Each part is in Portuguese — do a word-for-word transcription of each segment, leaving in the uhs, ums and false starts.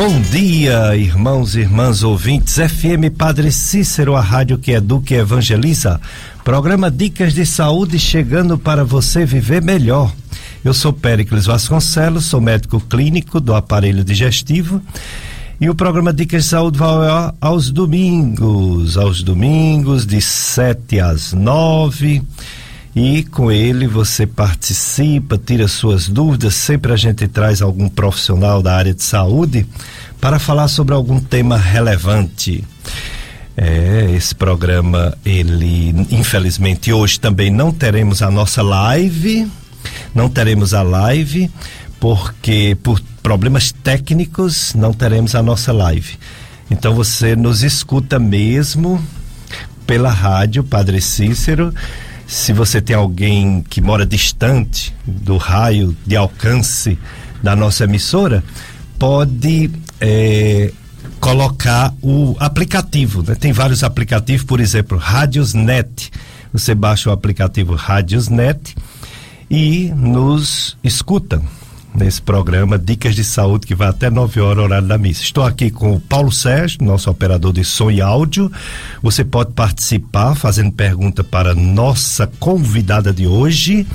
Bom dia, irmãos e irmãs ouvintes. F M Padre Cícero, a rádio que educa e evangeliza. Programa Dicas de Saúde chegando para você viver melhor. Eu sou Péricles Vasconcelos, sou médico clínico do aparelho digestivo. E o programa Dicas de Saúde vai aos domingos, aos domingos de sete às nove. E com ele você participa, tira suas dúvidas. Sempre a gente traz algum profissional da área de saúde para falar sobre algum tema relevante. É, esse programa, ele, infelizmente, hoje também não teremos a nossa live, não teremos a live, porque por problemas técnicos não teremos a nossa live. Então você nos escuta mesmo pela rádio Padre Cícero. Se você tem alguém que mora distante do raio de alcance da nossa emissora, pode é, colocar o aplicativo, né? Tem vários aplicativos, por exemplo, Radiosnet. Você baixa o aplicativo Radiosnet e nos escuta nesse programa Dicas de Saúde, que vai até nove horas, horário da missa. Estou aqui com o Paulo Sérgio, nosso operador de som e áudio. Você pode participar fazendo pergunta para nossa convidada de hoje.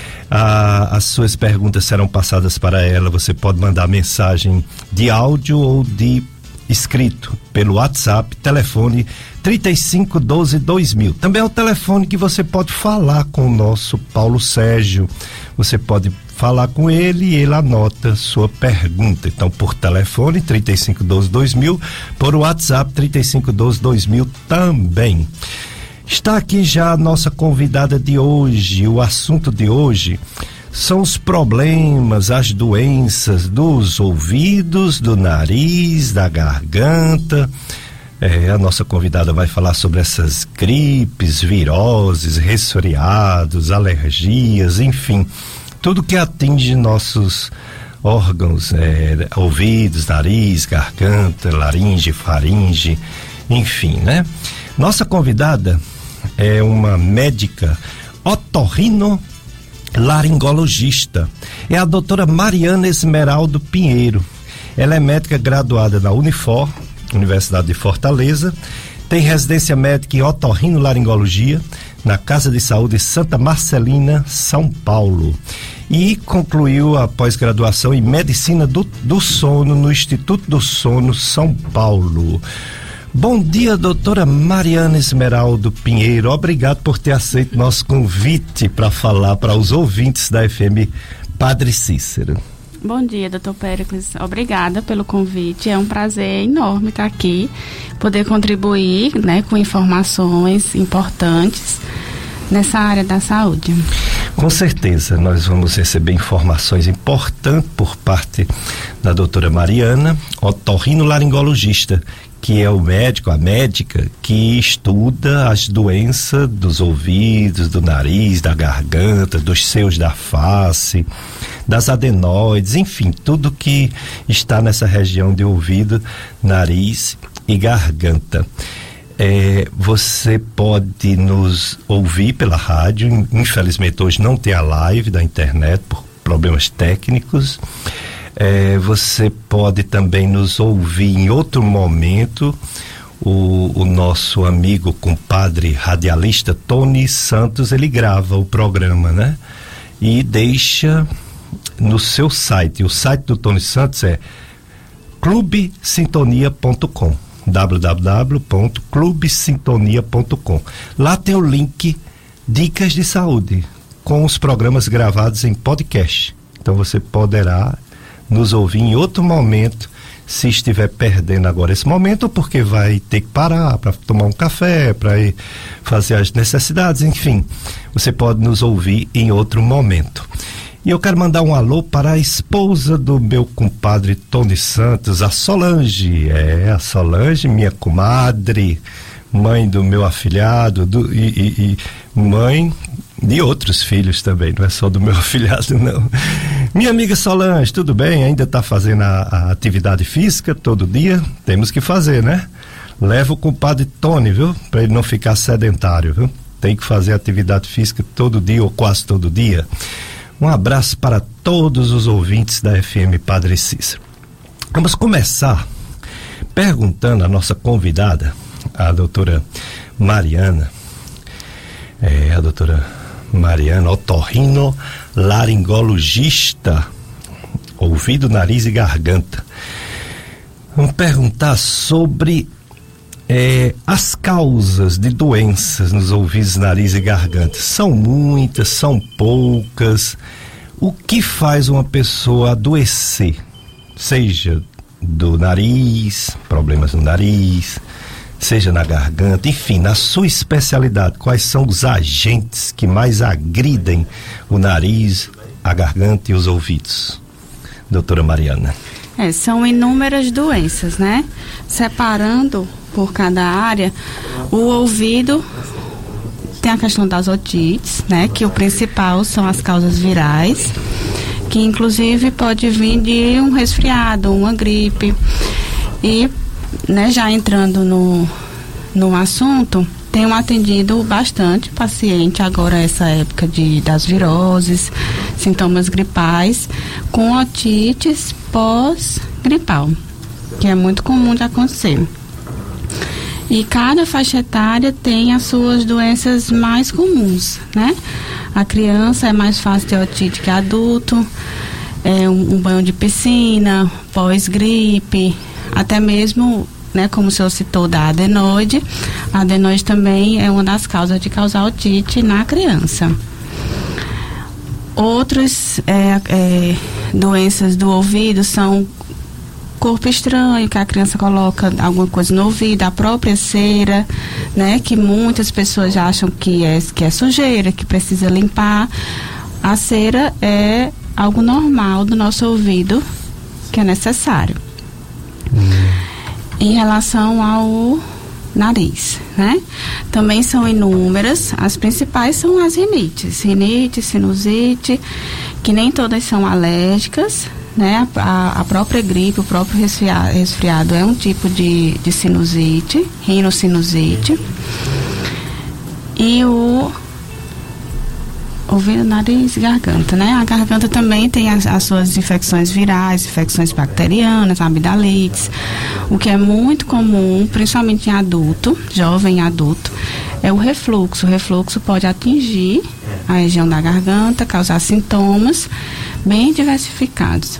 Ah, as suas perguntas serão passadas para ela. Você pode mandar mensagem de áudio ou de escrito pelo WhatsApp, telefone trinta e cinco doze dois mil. Também é o telefone que você pode falar com o nosso Paulo Sérgio. Você pode falar com ele e ele anota sua pergunta. Então, por telefone trinta e cinco doze dois mil, por WhatsApp trinta e cinco doze dois mil também. Está aqui já a nossa convidada de hoje. O assunto de hoje são os problemas, as doenças dos ouvidos, do nariz, da garganta. É, a nossa convidada vai falar sobre essas gripes, viroses, resfriados, alergias, enfim, tudo que atinge nossos órgãos, é, ouvidos, nariz, garganta, laringe, faringe, enfim, né? Nossa convidada é uma médica otorrinolaringologista. É a doutora Mariana Esmeraldo Pinheiro. Ela é médica graduada na Unifor, Universidade de Fortaleza, tem residência médica em otorrinolaringologia na Casa de Saúde Santa Marcelina, São Paulo, e concluiu a pós-graduação em Medicina do, do Sono no Instituto do Sono, São Paulo. Bom dia, doutora Mariana Esmeraldo Pinheiro. Obrigado por ter aceito nosso convite para falar para os ouvintes da F M Padre Cícero. Bom dia, doutor Péricles. Obrigada pelo convite. É um prazer enorme estar aqui, poder contribuir, né, com informações importantes nessa área da saúde. Com certeza, nós vamos receber informações importantes por parte da doutora Mariana, otorrinolaringologista, que é o médico, a médica, que estuda as doenças dos ouvidos, do nariz, da garganta, dos seios da face, das adenoides, enfim, tudo que está nessa região de ouvido, nariz e garganta. É, você pode nos ouvir pela rádio. Infelizmente hoje não tem a live da internet por problemas técnicos. É, você pode também nos ouvir em outro momento. O, o nosso amigo, compadre radialista Tony Santos, ele grava o programa, né? E deixa no seu site. O site do Tony Santos é clube sintonia ponto com, w w w ponto clube sintonia ponto com. Lá tem o link Dicas de Saúde, com os programas gravados em podcast. Então você poderá nos ouvir em outro momento, se estiver perdendo agora esse momento, ou porque vai ter que parar para tomar um café, para ir fazer as necessidades, enfim, você pode nos ouvir em outro momento. E eu quero mandar um alô para a esposa do meu compadre Tony Santos, a Solange. É, a Solange, minha comadre, mãe do meu afilhado, do, e, e, e mãe de outros filhos também, não é só do meu afilhado, não. Minha amiga Solange, tudo bem? Ainda está fazendo a, a atividade física todo dia? Temos que fazer, né? Leva o compadre Tony, viu? Para ele não ficar sedentário, viu? Tem que fazer atividade física todo dia ou quase todo dia. Um abraço para todos os ouvintes da F M Padre Cícero. Vamos começar perguntando à nossa convidada, a doutora Mariana, é, a doutora Mariana, otorrinolaringologista, ouvido, nariz e garganta. Vamos perguntar sobre é, as causas de doenças nos ouvidos, nariz e garganta. São muitas, são poucas. O que faz uma pessoa adoecer? Seja do nariz, problemas no nariz, seja na garganta, enfim, na sua especialidade, quais são os agentes que mais agridem o nariz, a garganta e os ouvidos? Doutora Mariana. É, são inúmeras doenças, né? Separando por cada área, o ouvido tem a questão das otites, né? Que o principal são as causas virais, que inclusive pode vir de um resfriado, uma gripe. E, né, já entrando no, no assunto, tenho atendido bastante paciente agora essa época de, das viroses, sintomas gripais, com otites pós-gripal, que é muito comum de acontecer. E cada faixa etária tem as suas doenças mais comuns, né? A criança é mais fácil ter otite que adulto, é um, um banho de piscina, pós-gripe, até mesmo, né, como o senhor citou, da adenoide. A adenoide também é uma das causas de causar otite na criança. Outras é, é, doenças do ouvido são corpo estranho, que a criança coloca alguma coisa no ouvido, a própria cera, né, que muitas pessoas acham que é, que é sujeira, que precisa limpar. A cera é algo normal do nosso ouvido, que é necessário. Hum. Em relação ao nariz, né? Também são inúmeras, as principais são as rinites, rinite, sinusite, que nem todas são alérgicas, né? A, a própria gripe, o próprio resfriado, resfriado é um tipo de, de sinusite, rinocinusite. E o ouvido, nariz e garganta, né? A garganta também tem as, as suas infecções virais, infecções bacterianas, amidalites. O que é muito comum, principalmente em adulto, jovem adulto, é o refluxo. O refluxo pode atingir a região da garganta, causar sintomas bem diversificados.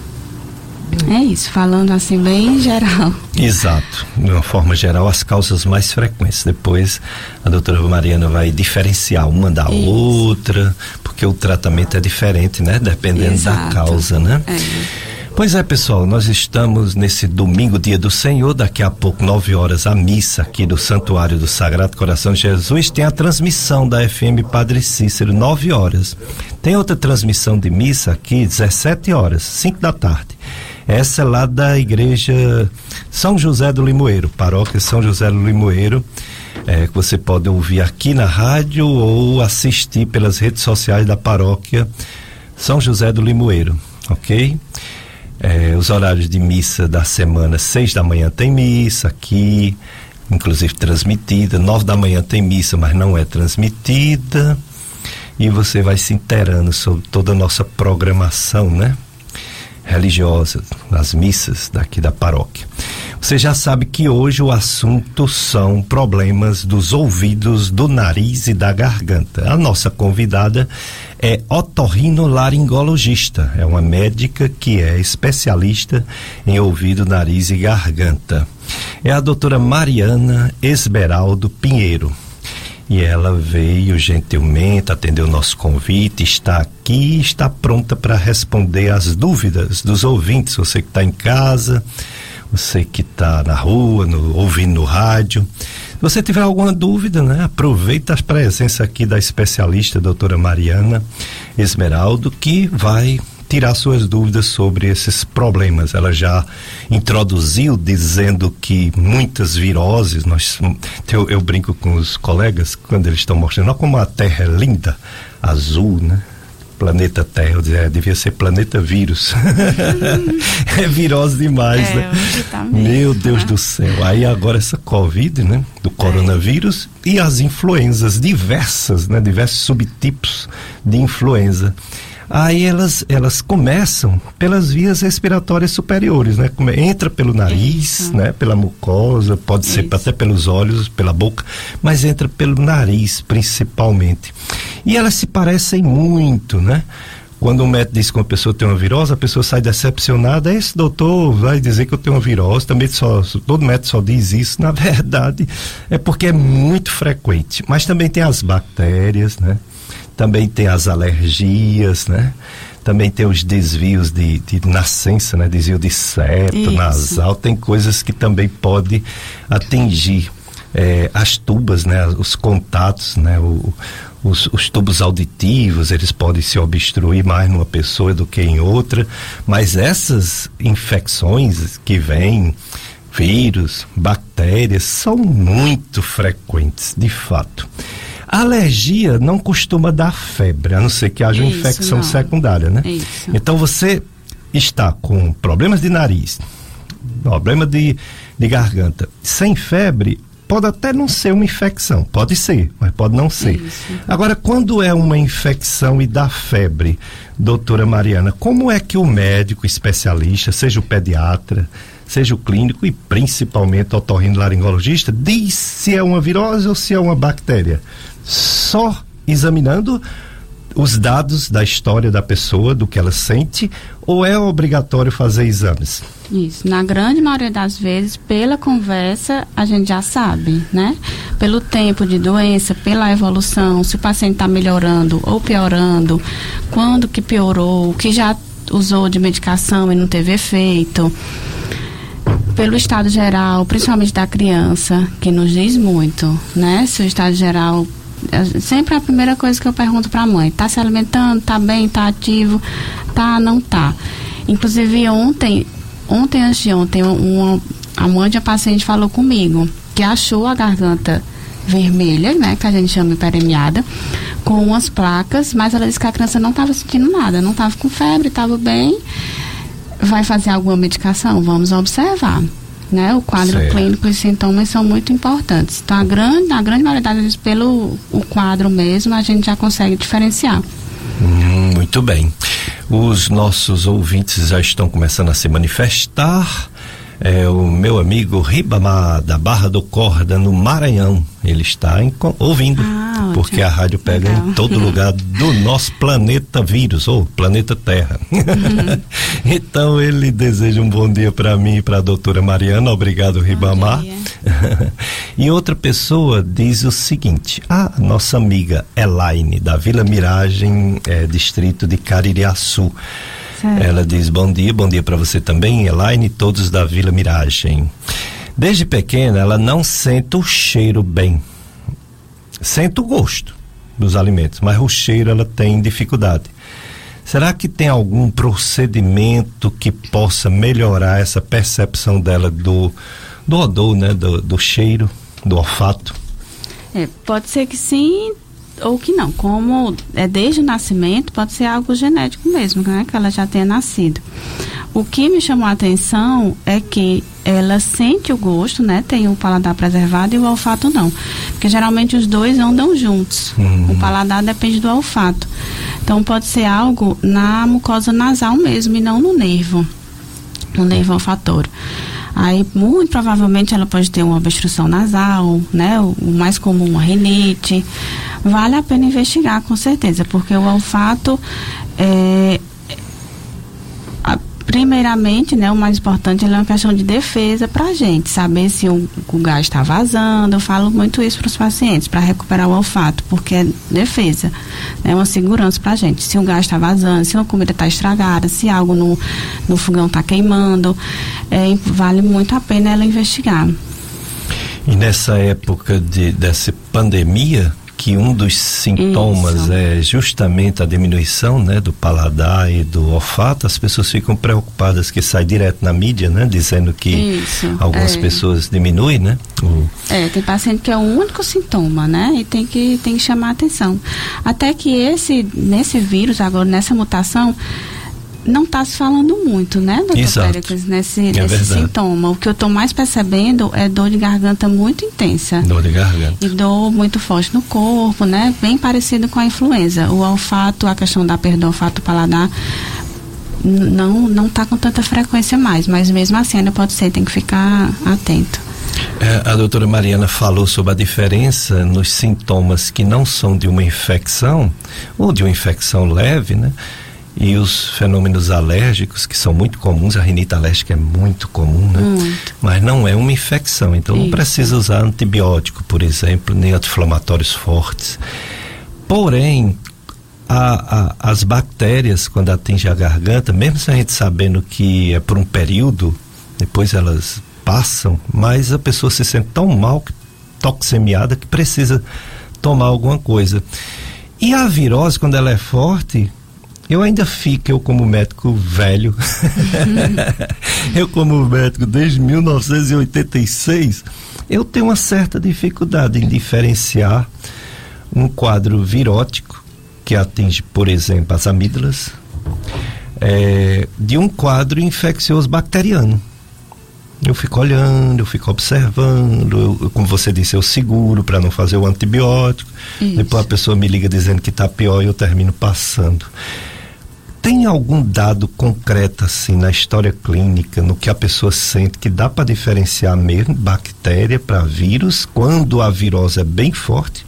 É isso, falando assim bem geral. Exato, de uma forma geral, as causas mais frequentes. Depois a doutora Mariana vai diferenciar uma da isso. outra, porque o tratamento é diferente, né? Dependendo Exato. Da causa, né? É. Pois é, pessoal, nós estamos nesse domingo, dia do Senhor, daqui a pouco, nove horas, a missa aqui do Santuário do Sagrado Coração de Jesus. Tem a transmissão da F M Padre Cícero, nove horas. Tem outra transmissão de missa aqui, dezessete horas, cinco da tarde. Essa é lá da igreja São José do Limoeiro, paróquia São José do Limoeiro, é, que você pode ouvir aqui na rádio ou assistir pelas redes sociais da paróquia São José do Limoeiro, ok? É, os horários de missa da semana, seis da manhã tem missa aqui, inclusive transmitida, nove da manhã tem missa, mas não é transmitida, e você vai se inteirando sobre toda a nossa programação, né? Religiosa, nas missas daqui da paróquia. Você já sabe que hoje o assunto são problemas dos ouvidos, do nariz e da garganta. A nossa convidada é otorrinolaringologista, é uma médica que é especialista em ouvido, nariz e garganta. É a doutora Mariana Esmeraldo Pinheiro. E ela veio gentilmente, atendeu o nosso convite, está aqui, está pronta para responder as dúvidas dos ouvintes. Você que está em casa, você que está na rua, no, ouvindo no rádio. Se você tiver alguma dúvida, né, aproveita a presença aqui da especialista, doutora Mariana Esmeraldo, que vai tirar suas dúvidas sobre esses problemas. Ela já introduziu dizendo que muitas viroses, nós, eu, eu brinco com os colegas quando eles estão mostrando, olha como a Terra é linda, azul, né? Planeta Terra, eu dizia, é, devia ser planeta vírus. É virose demais, é, né? Tá mesmo, meu Deus, né? Do céu. Aí agora essa Covid, né? Do coronavírus é. E as influenzas diversas, né? Diversos subtipos de influenza. Aí elas, elas começam pelas vias respiratórias superiores, né? Entra pelo nariz, Isso. né? Pela mucosa, pode Isso. ser até pelos olhos, pela boca, mas entra pelo nariz principalmente. E elas se parecem muito, né? Quando o médico diz que uma pessoa tem uma virose, a pessoa sai decepcionada. Esse doutor vai dizer que eu tenho uma virose, também só, todo médico só diz isso. Na verdade, é porque é muito frequente. Mas também tem as bactérias, né? Também tem as alergias, né? Também tem os desvios de, de nascença, né? Desvio de septo, isso. nasal. Tem coisas que também pode atingir é, as tubas, né? Os contatos, né? O, Os, os tubos auditivos, eles podem se obstruir mais numa pessoa do que em outra, mas essas infecções que vêm, vírus, bactérias, são muito frequentes, de fato. A alergia não costuma dar febre, a não ser que haja uma infecção não. secundária, né? Isso. Então você está com problemas de nariz, problema de, de garganta, sem febre, pode até não ser uma infecção, pode ser, mas pode não ser. Isso. Agora, quando é uma infecção e dá febre, doutora Mariana, como é que o médico especialista, seja o pediatra, seja o clínico e principalmente o otorrinolaringologista, diz se é uma virose ou se é uma bactéria? Só examinando os dados da história da pessoa, do que ela sente, ou é obrigatório fazer exames? Isso, na grande maioria das vezes, pela conversa, a gente já sabe, né? Pelo tempo de doença, pela evolução, se o paciente está melhorando ou piorando, quando que piorou, o que já usou de medicação e não teve efeito, pelo estado geral, principalmente da criança, que nos diz muito, né? Se o estado geral... Sempre a primeira coisa que eu pergunto para a mãe: tá se alimentando, tá bem, tá ativo, tá, não tá. Inclusive ontem, ontem antes de ontem, uma, a mãe de uma paciente falou comigo que achou a garganta vermelha, né, que a gente chama hiperemiada, com umas placas, mas ela disse que a criança não estava sentindo nada, não estava com febre, estava bem. Vai fazer alguma medicação? Vamos observar. Né, o quadro certo. Clínico e sintomas são muito importantes. Então, a grande, a grande maioria das vezes, pelo o quadro mesmo, a gente já consegue diferenciar. Hum, muito bem. Os nossos ouvintes já estão começando a se manifestar. É, o meu amigo Ribamar, da Barra do Corda, no Maranhão, ele está em, ouvindo, ah, porque a rádio pega legal. Em todo lugar do nosso planeta vírus, ou planeta Terra. Uhum. Então ele deseja um bom dia para mim e para a doutora Mariana. Obrigado, Ribamar. E outra pessoa diz o seguinte: a nossa amiga Elaine, da Vila Miragem, é, distrito de Caririaçu. Ela diz: bom dia, bom dia para você também, Elaine, todos da Vila Miragem. Desde pequena ela não sente o cheiro bem, sente o gosto dos alimentos, mas o cheiro ela tem dificuldade. Será que tem algum procedimento que possa melhorar essa percepção dela do, do odor, né, do, do cheiro, do olfato? É, pode ser que sim ou que não. Como é desde o nascimento, pode ser algo genético mesmo, né, que ela já tenha nascido. O que me chamou a atenção é que ela sente o gosto, né, tem o paladar preservado e o olfato não, porque geralmente os dois andam juntos. Uhum. O paladar depende do olfato, então pode ser algo na mucosa nasal mesmo e não no nervo, no nervo olfatório. Aí, muito provavelmente, ela pode ter uma obstrução nasal, né? O, o mais comum, uma rinite. Vale a pena investigar, com certeza, porque o olfato é... A, primeiramente, né, o mais importante, ele é uma questão de defesa pra gente, saber se o, o gás está vazando. Eu falo muito isso para os pacientes, para recuperar o olfato, porque é defesa, é né, uma segurança pra gente. Se o gás está vazando, se uma comida está estragada, se algo no, no fogão está queimando, é, vale muito a pena ela investigar. E nessa época de, dessa pandemia, que um dos sintomas Isso. é justamente a diminuição, né, do paladar e do olfato, as pessoas ficam preocupadas, que sai direto na mídia, né, dizendo que Isso, algumas é. pessoas diminuem, né? O... É, tem paciente que é o único sintoma, né, e tem que, tem que chamar a atenção. Até que esse, nesse vírus, agora nessa mutação, não está se falando muito, né, doutor Péricles, nesse, é nesse sintoma. O que eu estou mais percebendo é dor de garganta muito intensa. Dor de garganta. E dor muito forte no corpo, né, bem parecido com a influenza. O olfato, a questão da perda do olfato paladar, n- não não está com tanta frequência mais, mas mesmo assim ainda pode ser, tem que ficar atento. É, a doutora Mariana falou sobre a diferença nos sintomas que não são de uma infecção, ou de uma infecção leve, né? E os fenômenos alérgicos, que são muito comuns, a rinite alérgica é muito comum, né? Muito. Mas não é uma infecção, então Isso. não precisa usar antibiótico, por exemplo, nem anti-inflamatórios fortes. Porém, a, a, as bactérias, quando atingem a garganta, mesmo se a gente sabendo que é por um período, depois elas passam, mas a pessoa se sente tão mal, toxemiada, que precisa tomar alguma coisa. E a virose, quando ela é forte, eu ainda fico, eu como médico velho, eu como médico desde mil novecentos e oitenta e seis, eu tenho uma certa dificuldade em diferenciar um quadro virótico, que atinge, por exemplo, as amígdalas, é, de um quadro infeccioso bacteriano. Eu fico olhando, eu fico observando, eu, como você disse, eu seguro para não fazer o antibiótico. Isso. Depois a pessoa me liga dizendo que está pior e eu termino passando. Tem algum dado concreto assim na história clínica, no que a pessoa sente, que dá para diferenciar mesmo bactéria para vírus quando a virose é bem forte?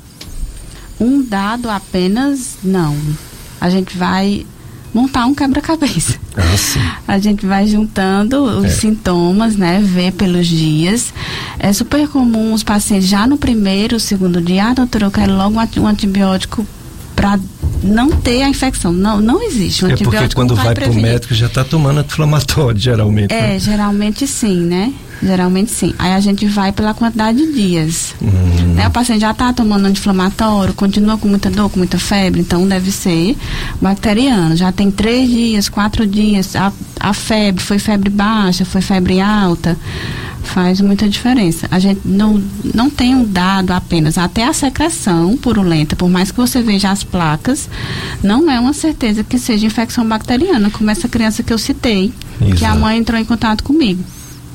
Um dado apenas, não. A gente vai montar um quebra-cabeça. Ah, sim. A gente vai juntando os é. sintomas, né? Ver pelos dias. É super comum os pacientes já no primeiro, segundo dia, ah, doutora, eu quero logo um antibiótico para não ter a infecção. Não, não existe. Um é antibiótico porque quando vai, vai para o médico já está tomando anti-inflamatório, geralmente. É, né? geralmente sim, né? Geralmente sim. Aí a gente vai pela quantidade de dias. Hum. Né? O paciente já está tomando anti-inflamatório, continua com muita dor, com muita febre, então deve ser bacteriano. Já tem três dias, quatro dias, a, a febre, foi febre baixa, foi febre alta. Faz muita diferença. A gente não, não tem um dado apenas, até a secreção purulenta, por mais que você veja as placas, não é uma certeza que seja infecção bacteriana, como essa criança que eu citei, Exato. que a mãe entrou em contato comigo.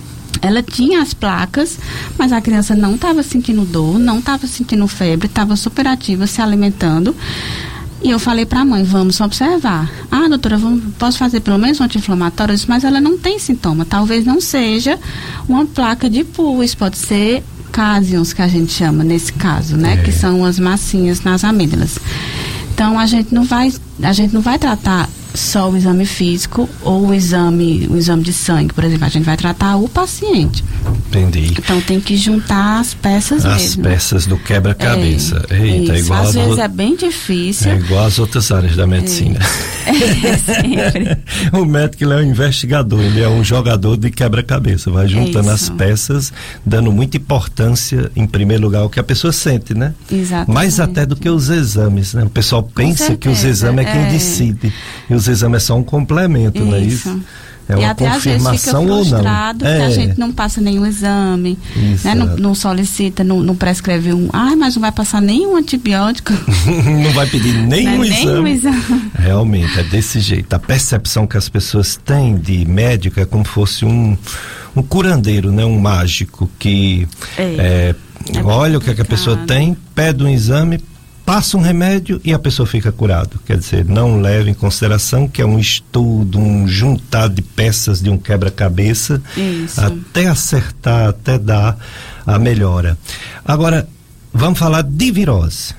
Ela tinha as placas, mas a criança não estava sentindo dor, não estava sentindo febre, estava super ativa, se alimentando. E eu falei para a mãe, vamos observar. Ah, doutora, vamos, posso fazer pelo menos um anti-inflamatório? Mas ela não tem sintoma. Talvez não seja uma placa de pus, pode ser casions, que a gente chama nesse caso, né? É. Que são as massinhas nas amígdalas. Então a gente não vai, a gente não vai tratar só o exame físico ou o exame, o exame de sangue, por exemplo. A gente vai tratar o paciente. Entendi. Então tem que juntar as peças as mesmo. As peças do quebra-cabeça. É, Eita, é igual às vezes o... é bem difícil. É igual às outras áreas da medicina. É, é sempre. O médico, ele é um investigador, ele é um jogador de quebra-cabeça, vai juntando é as peças, dando muita importância, em primeiro lugar, ao que a pessoa sente, né? Exatamente. Mais até do que os exames, né? O pessoal pensa que os exames é quem é. decide, e os exames é só um complemento, não é isso? É uma e até confirmação às vezes fica frustrado ou não. que é. a gente não passa nenhum exame, né? não, não solicita, não, não prescreve um, ah, mas não vai passar nenhum antibiótico. Não vai pedir nenhum não é exame. nenhum exame. Realmente, é desse jeito. A percepção que as pessoas têm de médico é como se fosse um, um curandeiro, né? Um mágico que é, é, olha o que, é que a pessoa tem, pede um exame, passa um remédio e a pessoa fica curada. Quer dizer, não leva em consideração que é um estudo, um juntar de peças de um quebra-cabeça até acertar, até dar a melhora. Agora, vamos falar de virose.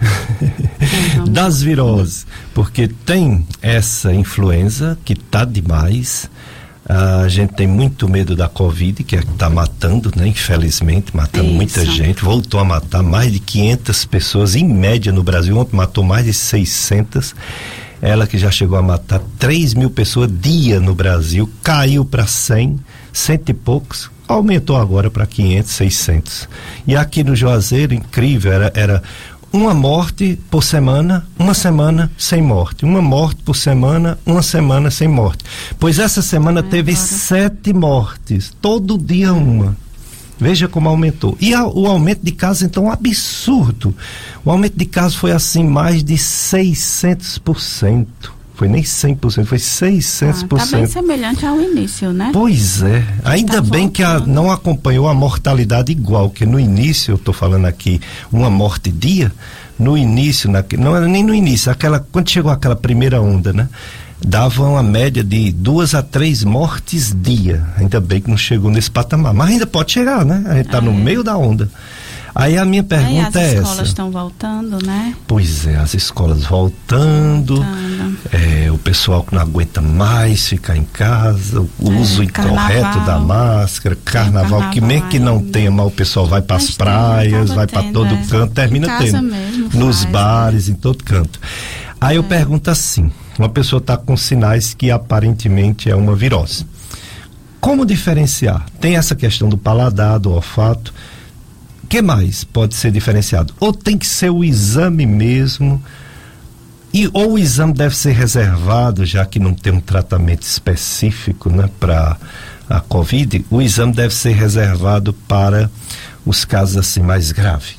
Uhum. Das viroses, porque tem essa influenza que tá demais. A gente tem muito medo da Covid, que está matando, né? Infelizmente, matando Isso. muita gente. Voltou a matar mais de quinhentas pessoas, em média, no Brasil. Ontem matou mais de seiscentas. Ela que já chegou a matar três mil pessoas dia no Brasil. Caiu para cem, cento e poucos. Aumentou agora para quinhentos, seiscentos. E aqui no Juazeiro, incrível, era... era uma morte por semana, uma semana sem morte. Uma morte por semana, uma semana sem morte. Pois essa semana é, teve agora. sete mortes. Todo dia uma. Veja como aumentou. E a, o aumento de casos, então, absurdo. O aumento de casos foi assim, mais de seiscentos por cento. foi nem cem por cento, foi seiscentos por cento. Ah, tá bem semelhante ao início, né? Pois é, ainda tá bem que a, não acompanhou a mortalidade igual, que no início, eu estou falando aqui, uma morte dia, no início, na, não era nem no início, aquela, quando chegou aquela primeira onda, né? Dava uma média de duas a três mortes dia. Ainda bem que não chegou nesse patamar. Mas ainda pode chegar, né? A gente está é. no meio da onda. Aí a minha pergunta é, é essa. As escolas estão voltando, né? Pois é, as escolas voltando. voltando. É, o pessoal que não aguenta mais ficar em casa, o é, uso incorreto da máscara, carnaval, carnaval que mesmo que não ainda. tenha, mas o pessoal vai para as praias, vai para todo é. canto, termina tendo. Mesmo nos faz, bares, né? Em todo canto. Aí é. eu pergunto assim, uma pessoa está com sinais que aparentemente é uma virose. Como diferenciar? Tem essa questão do paladar, do olfato. O que mais pode ser diferenciado? Ou tem que ser o exame mesmo? E, ou o exame deve ser reservado, já que não tem um tratamento específico, né, para a Covid, o exame deve ser reservado para os casos assim mais graves.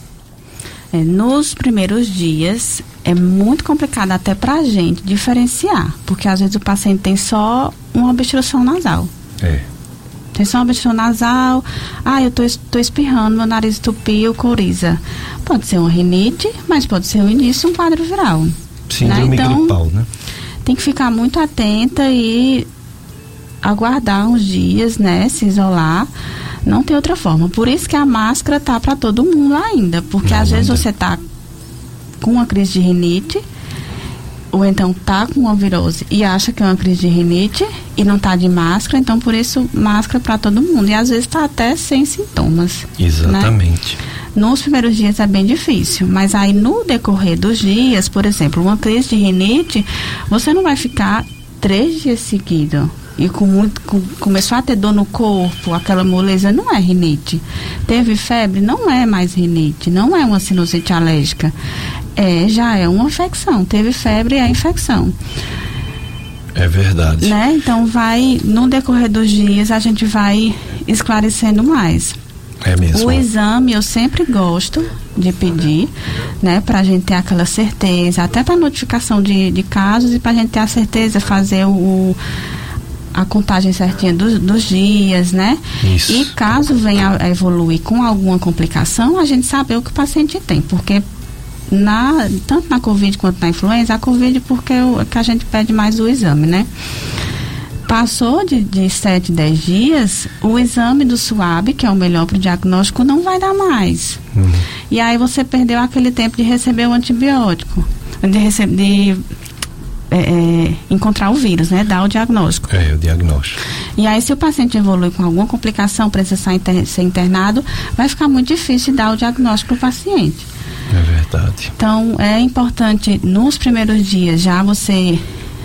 É, nos primeiros dias é muito complicado até para a gente diferenciar, porque às vezes o paciente tem só uma obstrução nasal. É. Tem só uma obstrução nasal, ah, eu tô, tô espirrando, meu nariz entupiu, coriza. Pode ser uma rinite, mas pode ser o início de um quadro viral. Síndrome né? Então, gripal, né? Tem que ficar muito atenta e aguardar uns dias, né? Se isolar. Não tem outra forma. Por isso que a máscara tá para todo mundo ainda. Porque não, às vezes você tá com uma crise de rinite, ou então tá com uma virose e acha que é uma crise de rinite e não tá de máscara, então por isso máscara para todo mundo. E às vezes tá até sem sintomas. Exatamente. Né? Nos primeiros dias é bem difícil, mas aí no decorrer dos dias, por exemplo, uma crise de rinite, você não vai ficar três dias seguidos e com muito, com, começou a ter dor no corpo, aquela moleza, não é rinite. Teve febre, não é mais rinite, não é uma sinusite alérgica. É, já é uma infecção. Teve febre, é infecção. É verdade. Né? Então vai, no decorrer dos dias, a gente vai esclarecendo mais. É mesmo. O exame eu sempre gosto de pedir, né, pra gente ter aquela certeza, até pra notificação de, de casos e pra gente ter a certeza, fazer o a contagem certinha dos, dos dias, né? Isso. E caso venha a evoluir com alguma complicação, a gente saber o que o paciente tem, porque na, tanto na Covid quanto na influenza, a Covid porque o, que a gente pede mais o exame, né? Passou de, de sete, dez dias, o exame do SWAB, que é o melhor para o diagnóstico, não vai dar mais. Uhum. E aí você perdeu aquele tempo de receber o antibiótico, de receber... De, É, é, encontrar o vírus, né? Dar o diagnóstico. É, o diagnóstico. E aí, se o paciente evolui com alguma complicação, precisa inter, ser internado, vai ficar muito difícil dar o diagnóstico para o paciente. É verdade. Então, é importante, nos primeiros dias, já você...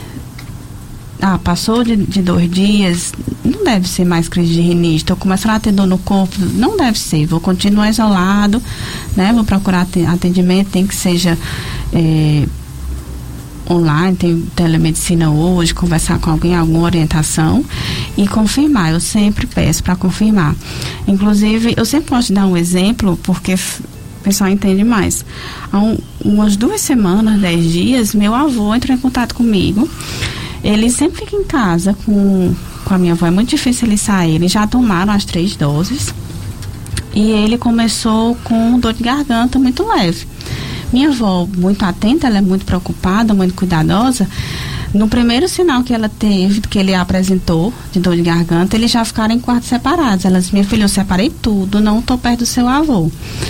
Ah, passou de, de dois dias, não deve ser mais crise de rinite, estou começando a ter dor no corpo, não deve ser, vou continuar isolado, né? Vou procurar atendimento, tem que seja... É, online, tem telemedicina hoje, conversar com alguém, alguma orientação e confirmar, eu sempre peço para confirmar. Inclusive, eu sempre posso dar um exemplo, porque o pessoal entende mais. Há um, umas duas semanas, dez dias, meu avô entrou em contato comigo, ele sempre fica em casa com, com a minha avó, é muito difícil ele sair, eles já tomaram as três doses e ele começou com dor de garganta muito leve. Minha avó, muito atenta, ela é muito preocupada, muito cuidadosa. No primeiro sinal que ela teve, que ele apresentou, de dor de garganta, eles já ficaram em quartos separados. Ela disse, minha filha, eu separei tudo, não estou perto do seu avô.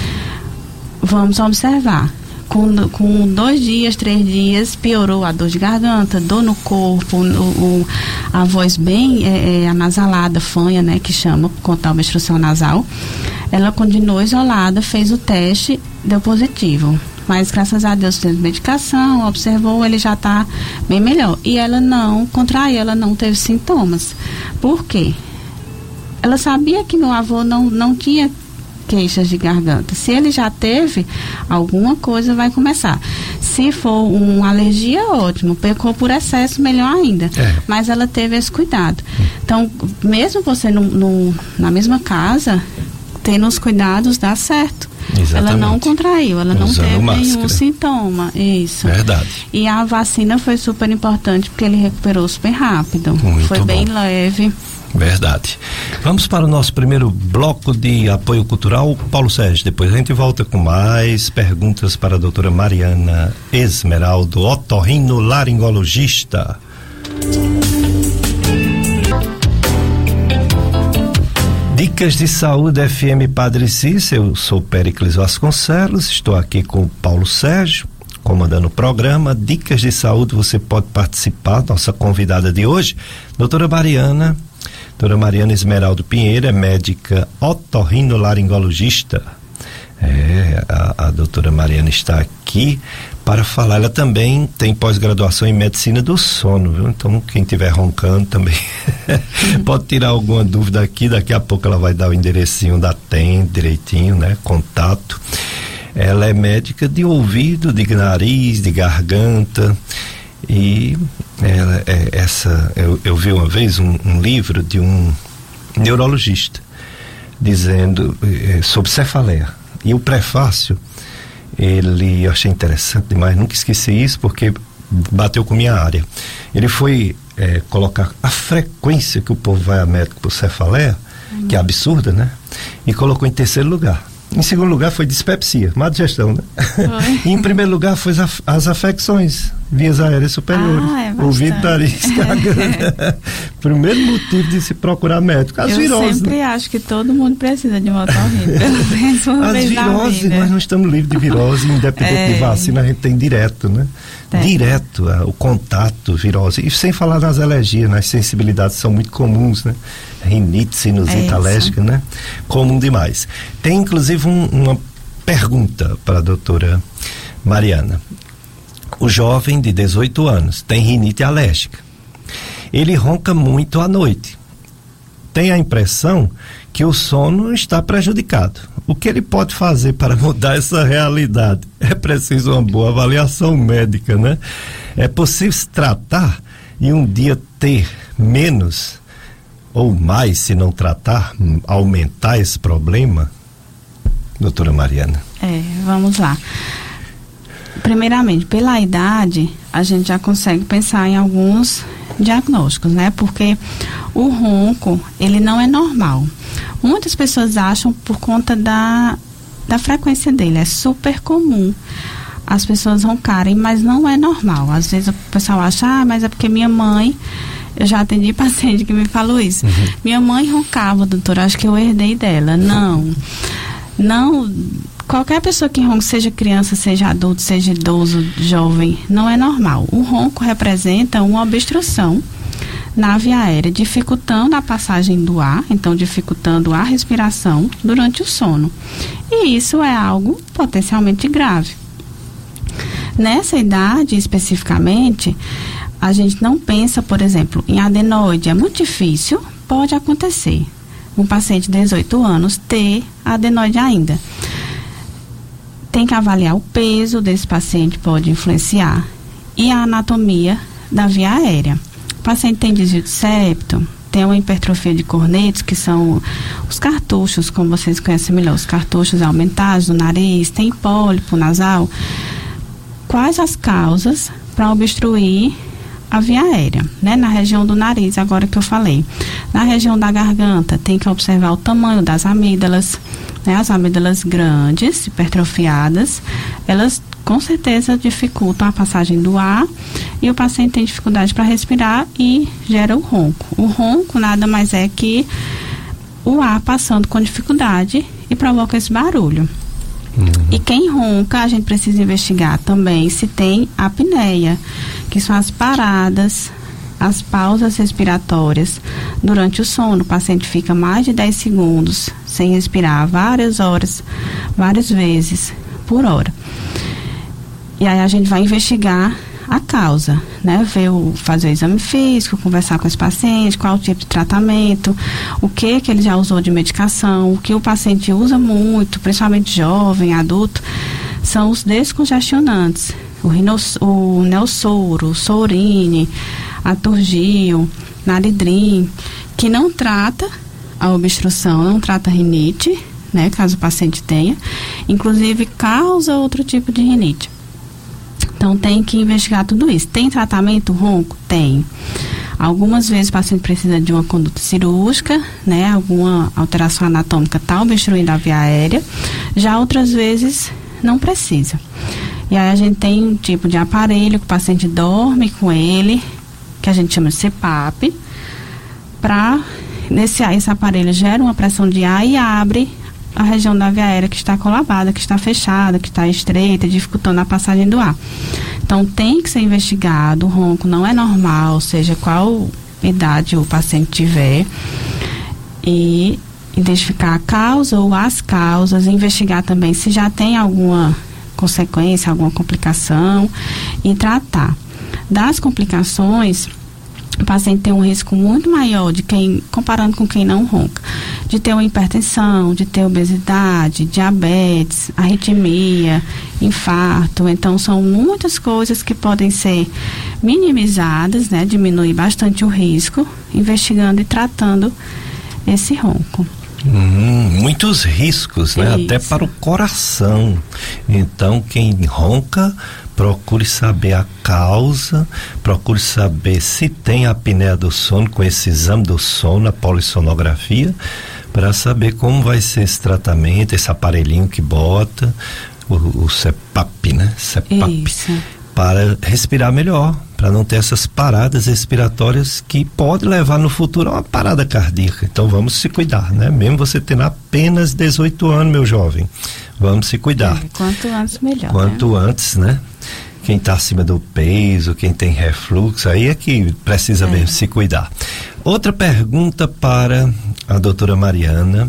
Vamos observar. Com, com dois dias, três dias, piorou a dor de garganta, dor no corpo, o, o, a voz bem é, é, anasalada, fanha, né, que chama, por conta da obstrução nasal. Ela continuou isolada, fez o teste, deu positivo. Mas graças a Deus fez medicação, observou, ele já está bem melhor. E ela não contraiu, ela não teve sintomas. Por quê? Ela sabia que meu avô não, não tinha queixas de garganta. Se ele já teve, alguma coisa vai começar. Se for uma alergia, ótimo. Pecou por excesso, melhor ainda. É. Mas ela teve esse cuidado. Então, mesmo você no, no, na mesma casa, tendo os cuidados, dá certo. Exatamente. Ela não contraiu, ela não Usando teve máscara. nenhum sintoma. Isso. Verdade. E a vacina foi super importante porque ele recuperou super rápido. Muito foi bem bom. leve. Verdade. Vamos para o nosso primeiro bloco de apoio cultural, Paulo Sérgio. Depois a gente volta com mais perguntas para a doutora Mariana Esmeraldo, otorrinolaringologista. Dicas de Saúde F M Padre Cícero, eu sou Péricles Vasconcelos, estou aqui com o Paulo Sérgio, comandando o programa Dicas de Saúde. Você pode participar, nossa convidada de hoje, doutora Mariana, doutora Mariana Esmeraldo Pinheiro, é médica otorrinolaringologista. É, a, a doutora Mariana está aqui para falar. Ela também tem pós-graduação em medicina do sono, viu? Então quem estiver roncando também pode tirar alguma dúvida aqui. Daqui a pouco ela vai dar o enderecinho da T E M direitinho, né? Contato. Ela é médica de ouvido, de nariz, de garganta. E ela é essa. Eu, eu vi uma vez um, um livro de um neurologista dizendo é, sobre cefaleia. E o prefácio, ele, eu achei interessante demais, nunca esqueci isso porque bateu com minha área. Ele foi é, colocar a frequência que o povo vai a médico por cefaleia, hum. que é absurda, né? E colocou em terceiro lugar. Em segundo lugar foi dispepsia, má digestão, né? E em primeiro lugar foi as, as afecções, vias aéreas superiores, ah, é ouvido, nariz, garganta. Primeiro motivo de se procurar médico, as eu viroses. Eu sempre né? acho que todo mundo precisa de um otorrino, pelo menos uma as vez viroses, na vida. Nós não estamos livres de virose, independente é. de vacina, a gente tem direto, né? Tem. Direto, é, o contato, virose. E sem falar nas alergias, nas sensibilidades são muito comuns, né? Rinite, sinusite é alérgica, né? Comum demais. Tem inclusive um, uma pergunta para a doutora Mariana. O jovem de dezoito anos tem rinite alérgica. Ele ronca muito à noite. Tem a impressão que o sono está prejudicado. O que ele pode fazer para mudar essa realidade? É preciso uma boa avaliação médica, né? É possível se tratar e um dia ter menos ou mais, se não tratar, aumentar esse problema? Doutora Mariana. É, vamos lá. Primeiramente, pela idade, a gente já consegue pensar em alguns diagnósticos, né? Porque o ronco, ele não é normal. Muitas pessoas acham por conta da, da frequência dele, é super comum as pessoas roncarem, mas não é normal. Às vezes o pessoal acha, ah, mas é porque minha mãe, eu já atendi paciente que me falou isso, uhum. minha mãe roncava, doutora, acho que eu herdei dela. Não, não, qualquer pessoa que ronca, seja criança, seja adulto, seja idoso, jovem, não é normal. O ronco representa uma obstrução na via aérea, dificultando a passagem do ar, então dificultando a respiração durante o sono. E isso é algo potencialmente grave. Nessa idade, especificamente, a gente não pensa, por exemplo, em adenoide. É muito difícil, pode acontecer. Um paciente de dezoito anos ter adenoide ainda. Tem que avaliar o peso desse paciente, pode influenciar. E a anatomia da via aérea. O paciente tem desvio de septo, tem uma hipertrofia de cornetos, que são os cartuchos, como vocês conhecem melhor, os cartuchos aumentados do nariz, tem pólipo nasal. Quais as causas para obstruir a via aérea, né? Na região do nariz, agora que eu falei. Na região da garganta, tem que observar o tamanho das amígdalas, né? As amígdalas grandes, hipertrofiadas, elas com certeza dificultam a passagem do ar e o paciente tem dificuldade para respirar e gera o ronco. O ronco nada mais é que o ar passando com dificuldade e provoca esse barulho. Uhum. E quem ronca, a gente precisa investigar também se tem apneia, que são as paradas, as pausas respiratórias durante o sono. O paciente fica mais de dez segundos sem respirar, várias horas, várias vezes por hora. E aí a gente vai investigar a causa, né? Ver o, fazer o exame físico, conversar com esse paciente, qual o tipo de tratamento, o que que ele já usou de medicação, o que o paciente usa muito, principalmente jovem, adulto, são os descongestionantes, o, rinos, o Neosoro, o Sorine, Aturgil, Naridrim, que não trata a obstrução, não trata a rinite, né, caso o paciente tenha, inclusive causa outro tipo de rinite. Então tem que investigar tudo isso. Tem tratamento ronco? Tem. Algumas vezes o paciente precisa de uma conduta cirúrgica, né, alguma alteração anatômica está obstruindo a via aérea, já outras vezes não precisa. E aí a gente tem um tipo de aparelho que o paciente dorme com ele, que a gente chama de C PAP, para nesse esse aparelho gera uma pressão de ar e abre a região da via aérea que está colabada, que está fechada, que está estreita, dificultando a passagem do ar. Então tem que ser investigado, o ronco não é normal, seja qual idade o paciente tiver, e identificar a causa ou as causas, investigar também se já tem alguma consequência, alguma complicação e tratar. Das complicações, o paciente tem um risco muito maior de quem, comparando com quem não ronca, de ter uma hipertensão, de ter obesidade, diabetes, arritmia, infarto. Então são muitas coisas que podem ser minimizadas, né, diminuir bastante o risco, investigando e tratando esse ronco. Hum, muitos riscos, né? Isso. Até para o coração. Então, quem ronca, procure saber a causa, procure saber se tem apneia do sono, com esse exame do sono, a polissonografia, para saber como vai ser esse tratamento, esse aparelhinho que bota, o, o C PAP, né? C PAP. Isso. Para respirar melhor, para não ter essas paradas respiratórias que pode levar no futuro a uma parada cardíaca. Então vamos se cuidar, né? Mesmo você tendo apenas dezoito anos, meu jovem, vamos se cuidar. É, quanto antes melhor. Quanto né? antes, né? Quem está acima do peso, quem tem refluxo, aí é que precisa é. mesmo se cuidar. Outra pergunta para a doutora Mariana.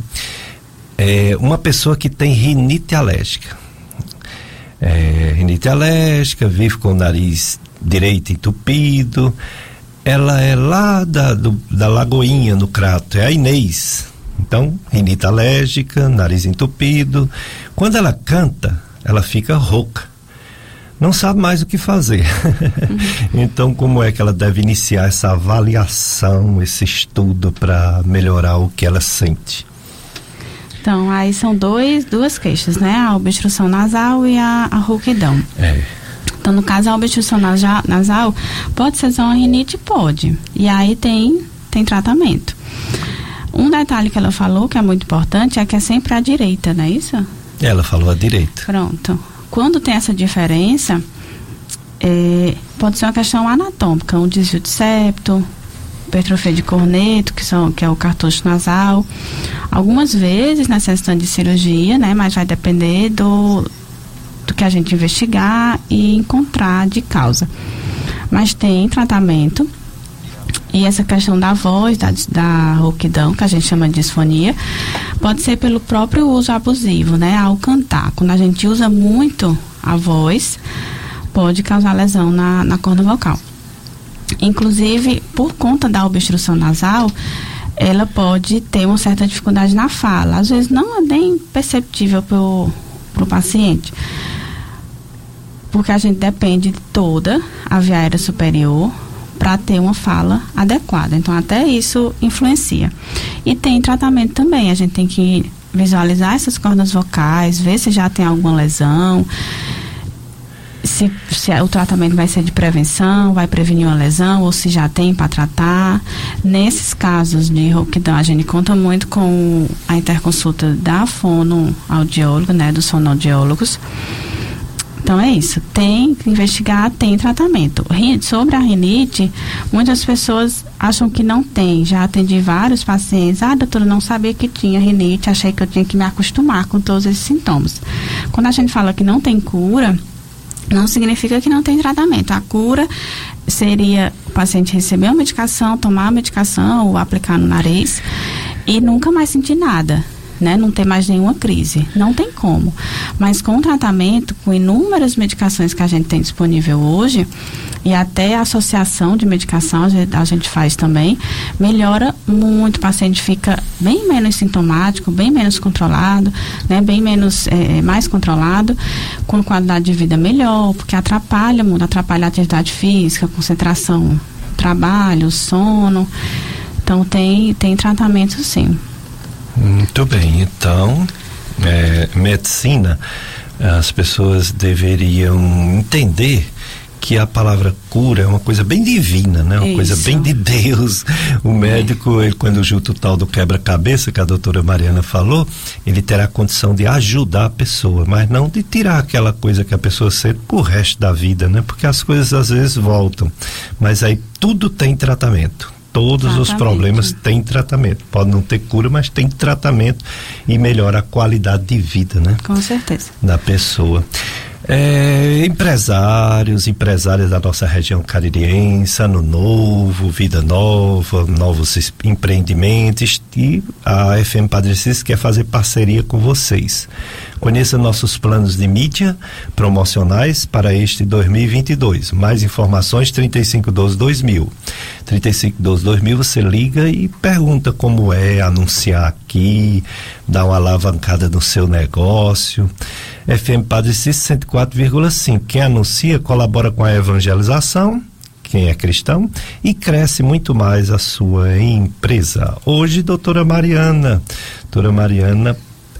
É uma pessoa que tem rinite alérgica. É, rinite alérgica, vive com o nariz direito entupido. Ela é lá da, do, da Lagoinha, no Crato, é a Inês. Então, rinite alérgica, nariz entupido. Quando ela canta, ela fica rouca. Não sabe mais o que fazer. Uhum. Então, como é que ela deve iniciar essa avaliação, esse estudo para melhorar o que ela sente? Então, aí são dois, duas queixas, né? A obstrução nasal e a, a rouquidão. É. Então, no caso, a obstrução nasal, nasal pode ser só uma rinite? Pode. E aí tem, tem tratamento. Um detalhe que ela falou, que é muito importante, é que é sempre à direita, não é isso? Ela falou à direita. Pronto. Quando tem essa diferença, é, pode ser uma questão anatômica, um desvio de septo, hipertrofia de corneto, que, são, que é o cartucho nasal. Algumas vezes necessitando de cirurgia, né? Mas vai depender do, do que a gente investigar e encontrar de causa. Mas tem tratamento. E essa questão da voz, da, da rouquidão, que a gente chama de disfonia, pode ser pelo próprio uso abusivo, né? Ao cantar. Quando a gente usa muito a voz, pode causar lesão na, na corda vocal. Inclusive, por conta da obstrução nasal, ela pode ter uma certa dificuldade na fala. Às vezes não é nem perceptível para o paciente, porque a gente depende de toda a via aérea superior para ter uma fala adequada. Então, até isso influencia. E tem tratamento também. A gente tem que visualizar essas cordas vocais, ver se já tem alguma lesão, Se, se o tratamento vai ser de prevenção, vai prevenir uma lesão, ou se já tem para tratar. Nesses casos de rouquidão, a gente conta muito com a interconsulta da fonoaudióloga, né, dos fonoaudiólogos. Então é isso, tem que investigar, tem tratamento. Sobre a rinite, muitas pessoas acham que não tem. Já atendi vários pacientes. Ah, doutora, não sabia que tinha rinite, achei que eu tinha que me acostumar com todos esses sintomas. Quando a gente fala que não tem cura, não significa que não tem tratamento. A cura seria o paciente receber uma medicação, tomar a medicação ou aplicar no nariz e nunca mais sentir nada, né? Não ter mais nenhuma crise. Não tem como. Mas com o tratamento, com inúmeras medicações que a gente tem disponível hoje, e até a associação de medicação a gente, a gente faz também, melhora muito. O paciente fica bem menos sintomático, bem menos controlado, né? Bem menos, é, mais controlado, com qualidade de vida melhor, porque atrapalha muito, atrapalha a atividade física, concentração, trabalho, sono. Então tem, tem tratamento sim. Muito bem, então é, medicina, as pessoas deveriam entender que a palavra cura é uma coisa bem divina, né? Uma Isso. coisa bem de Deus. O médico, ele, quando junta o tal do quebra-cabeça que a doutora Mariana falou, ele terá a condição de ajudar a pessoa, mas não de tirar aquela coisa que a pessoa sente pro resto da vida, né? Porque as coisas às vezes voltam. Mas aí tudo tem tratamento. Todos Exatamente. Os problemas têm tratamento. Pode não ter cura, mas tem tratamento e melhora a qualidade de vida, né? Com certeza. Da pessoa. É, empresários, empresárias da nossa região caririense, Ano Novo, Vida Nova, novos empreendimentos, e a F M Padre Cícero quer fazer parceria com vocês. Conheça nossos planos de mídia promocionais para este dois mil e vinte e dois. Mais informações trinta e cinco doze dois mil. trinta e cinco doze dois mil, você liga e pergunta como é anunciar aqui, dar uma alavancada no seu negócio. F M Padre Cícero cento e quatro vírgula cinco. Quem anuncia colabora com a evangelização, quem é cristão, e cresce muito mais a sua empresa. Hoje, doutora Mariana, doutora Mariana,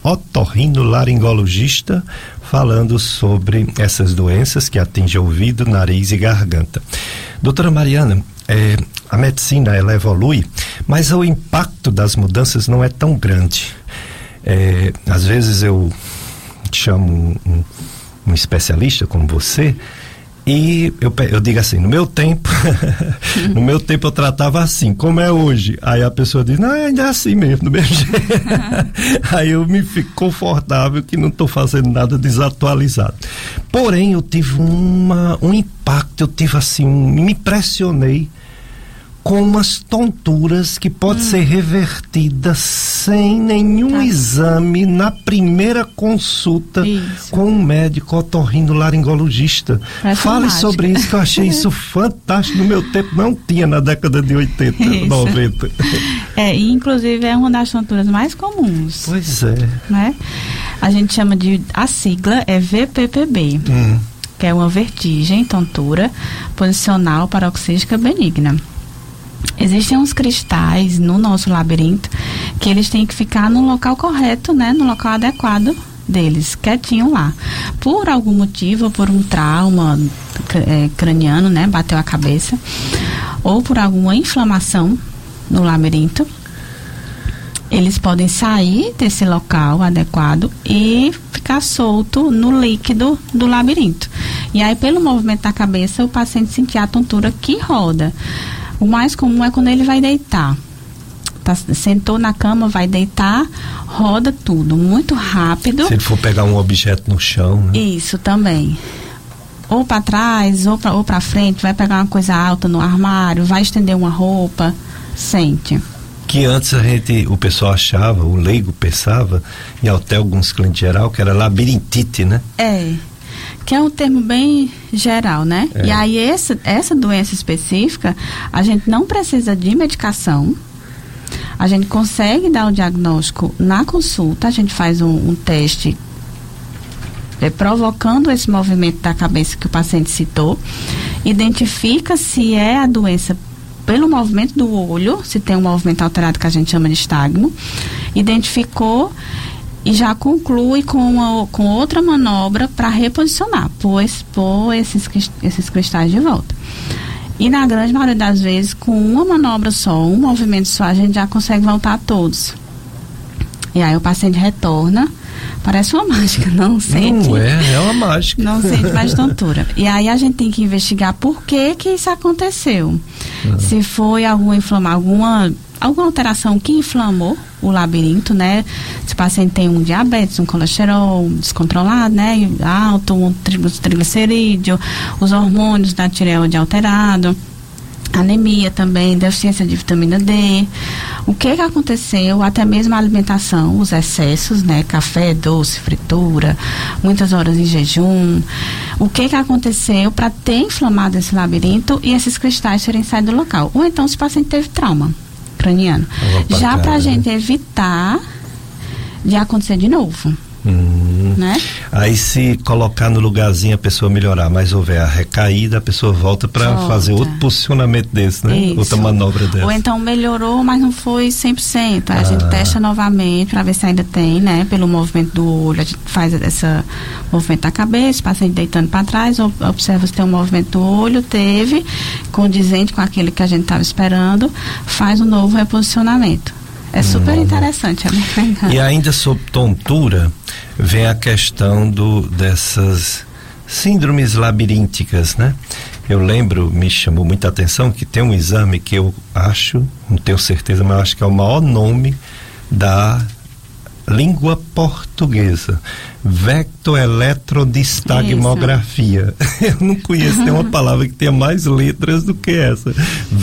otorrinolaringologista, falando sobre essas doenças que atingem ouvido, nariz e garganta. Doutora Mariana, é, a medicina ela evolui, mas o impacto das mudanças não é tão grande. É, às vezes eu chamo um, um especialista como você e eu, eu digo assim, no meu tempo no meu tempo eu tratava assim, como é hoje. Aí a pessoa diz, não, ainda é assim mesmo, do mesmo jeito. Aí eu me fico confortável que não estou fazendo nada desatualizado. Porém, eu tive uma, um impacto, eu tive assim, me impressionei com umas tonturas que pode hum. ser revertida sem nenhum tá. exame na primeira consulta isso. com um médico otorrinolaringologista. É Fale mágica. Sobre isso, que eu achei isso fantástico. No meu tempo não tinha, na década de oitenta, isso. noventa. É, e inclusive é uma das tonturas mais comuns. Pois é. Né? A gente chama de, a sigla é V P P B, hum. que é uma vertigem, tontura posicional paroxística benigna. Existem uns cristais no nosso labirinto que eles têm que ficar no local correto, né? No local adequado deles, quietinho lá. Por algum motivo, por um trauma é, craniano, né? Bateu a cabeça, ou por alguma inflamação no labirinto, eles podem sair desse local adequado e ficar solto no líquido do labirinto. E aí, pelo movimento da cabeça, o paciente sentir a tontura que roda. O mais comum é quando ele vai deitar. Tá, sentou na cama, vai deitar, roda tudo, muito rápido. Se ele for pegar um objeto no chão, né? Isso também. Ou para trás, ou para ou para frente, vai pegar uma coisa alta no armário, vai estender uma roupa, sente. Que antes a gente, o pessoal achava, o leigo pensava, e até alguns clientes geral, que era labirintite, né? É. Que é um termo bem geral, né? É. E aí essa, essa doença específica, a gente não precisa de medicação, a gente consegue dar o diagnóstico na consulta, a gente faz um, um teste é, provocando esse movimento da cabeça que o paciente citou, identifica se é a doença pelo movimento do olho, se tem um movimento alterado que a gente chama de estágmo, identificou e já conclui com, uma, com outra manobra para reposicionar, pois pôr esses, esses cristais de volta. E na grande maioria das vezes, com uma manobra só, um movimento só, a gente já consegue voltar a todos. E aí o paciente retorna, parece uma mágica, não sente. Não é, é uma mágica. Não sente mais tontura. E aí a gente tem que investigar por que que isso aconteceu. Ah. Se foi alguma inflamação, alguma, alguma alteração que inflamou o labirinto, né? Se o paciente tem um diabetes, um colesterol descontrolado, né? Alto, um triglicerídeo, os hormônios da tireoide alterado, anemia também, deficiência de vitamina D. O que que aconteceu? Até mesmo a alimentação, os excessos, né? Café, doce, fritura, muitas horas em jejum. O que que aconteceu para ter inflamado esse labirinto e esses cristais serem saídos do local? Ou então se o paciente teve trauma craniano. Já para a gente evitar de acontecer de novo. Hum. né? Aí se colocar no lugarzinho a pessoa melhorar, mas houver a recaída, a pessoa volta para fazer outro posicionamento desse, né? Isso. Outra manobra dessa. Ou então melhorou, mas não foi cem por cento. Aí ah. a gente testa novamente para ver se ainda tem, né? Pelo movimento do olho, a gente faz essa movimento da cabeça, o paciente deitando para trás, observa se tem um movimento do olho, teve, condizente com aquele que a gente estava esperando, faz um novo reposicionamento. É super interessante, é bem legal. E ainda sobre tontura, vem a questão do, dessas síndromes labirínticas, né? Eu lembro, me chamou muita atenção que tem um exame que eu acho, não tenho certeza, mas acho que é o maior nome da língua portuguesa, vectoeletrodistagmografia. Eu não conheço nenhuma palavra que tenha mais letras do que essa.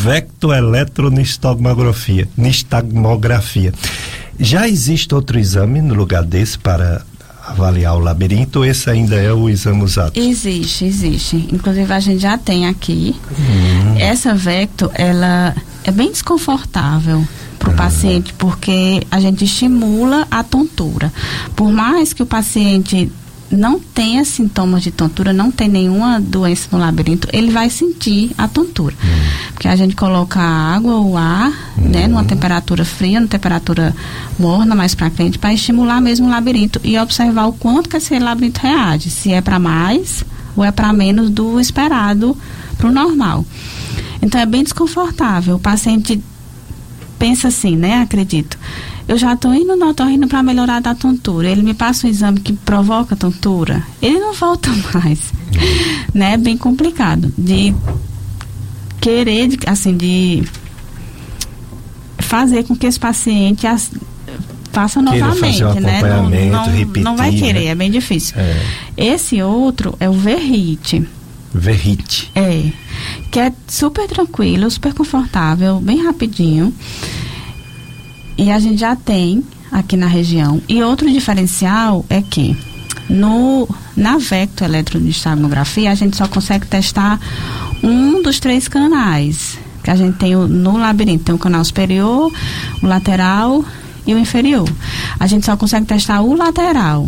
Vectoeletrodistagmografia. Nistagmografia. Já existe outro exame no lugar desse para avaliar o labirinto, ou esse ainda é o exame usado? Existe, existe. Inclusive a gente já tem aqui. Hum. Essa vecto, ela é bem desconfortável para o paciente, porque a gente estimula a tontura. Por mais que o paciente não tenha sintomas de tontura, não tem nenhuma doença no labirinto, ele vai sentir a tontura. Hum. Porque a gente coloca a água ou o ar, hum. né, numa temperatura fria, numa temperatura morna, mais para frente, para estimular mesmo o labirinto e observar o quanto que esse labirinto reage, se é para mais ou é para menos do esperado para o normal. Então é bem desconfortável. O paciente pensa assim, né? Acredito. Eu já estou indo no otorrino para melhorar da tontura. Ele me passa um exame que provoca tontura. Ele não volta mais. Né? É bem complicado. De querer, de, assim, de fazer com que esse paciente as, faça novamente, fazer um né? Não, não, repetir, não vai querer, né? é bem difícil. É. Esse outro é o verrite. Verrite. É, que é super tranquilo, super confortável, bem rapidinho. E a gente já tem aqui na região. E outro diferencial é que no, na vectoeletrodistagmografia a gente só consegue testar um dos três canais que a gente tem no labirinto. Tem o canal superior, o lateral e o inferior. A gente só consegue testar o lateral.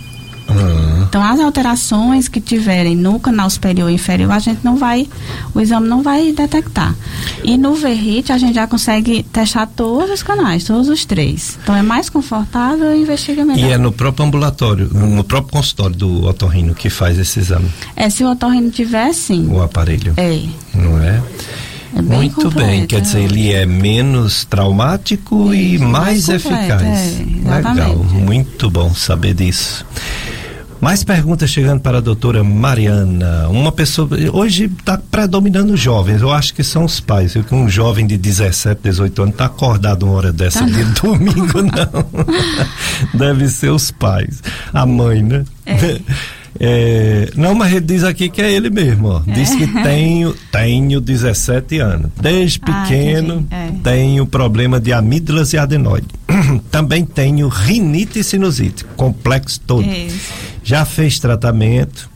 Uhum. Então as alterações que tiverem no canal superior e inferior a gente não vai, o exame não vai detectar. E no verrite a gente já consegue testar todos os canais, todos os três. Então é mais confortável e investiga melhor. E é no próprio ambulatório, no próprio consultório do otorrino que faz esse exame? É, se o otorrino tiver, sim. O aparelho? É. Não é? É bem muito completo, bem, quer dizer, ele é menos traumático é, e mais, mais eficaz. É, legal, muito bom saber disso. Mais perguntas chegando para a doutora Mariana. Uma pessoa, hoje está predominando os jovens, eu acho que são os pais. Eu, um jovem de dezessete, dezoito anos está acordado uma hora dessa tá de não. domingo, não. Deve ser os pais. A mãe, né? É. É, não, mas ele diz aqui que é ele mesmo, ó. Diz é. que tenho, tenho dezessete anos. Desde pequeno ah, é. tenho problema de amígdalas e adenoide. Também tenho rinite e sinusite, complexo todo. Isso. Já fez tratamento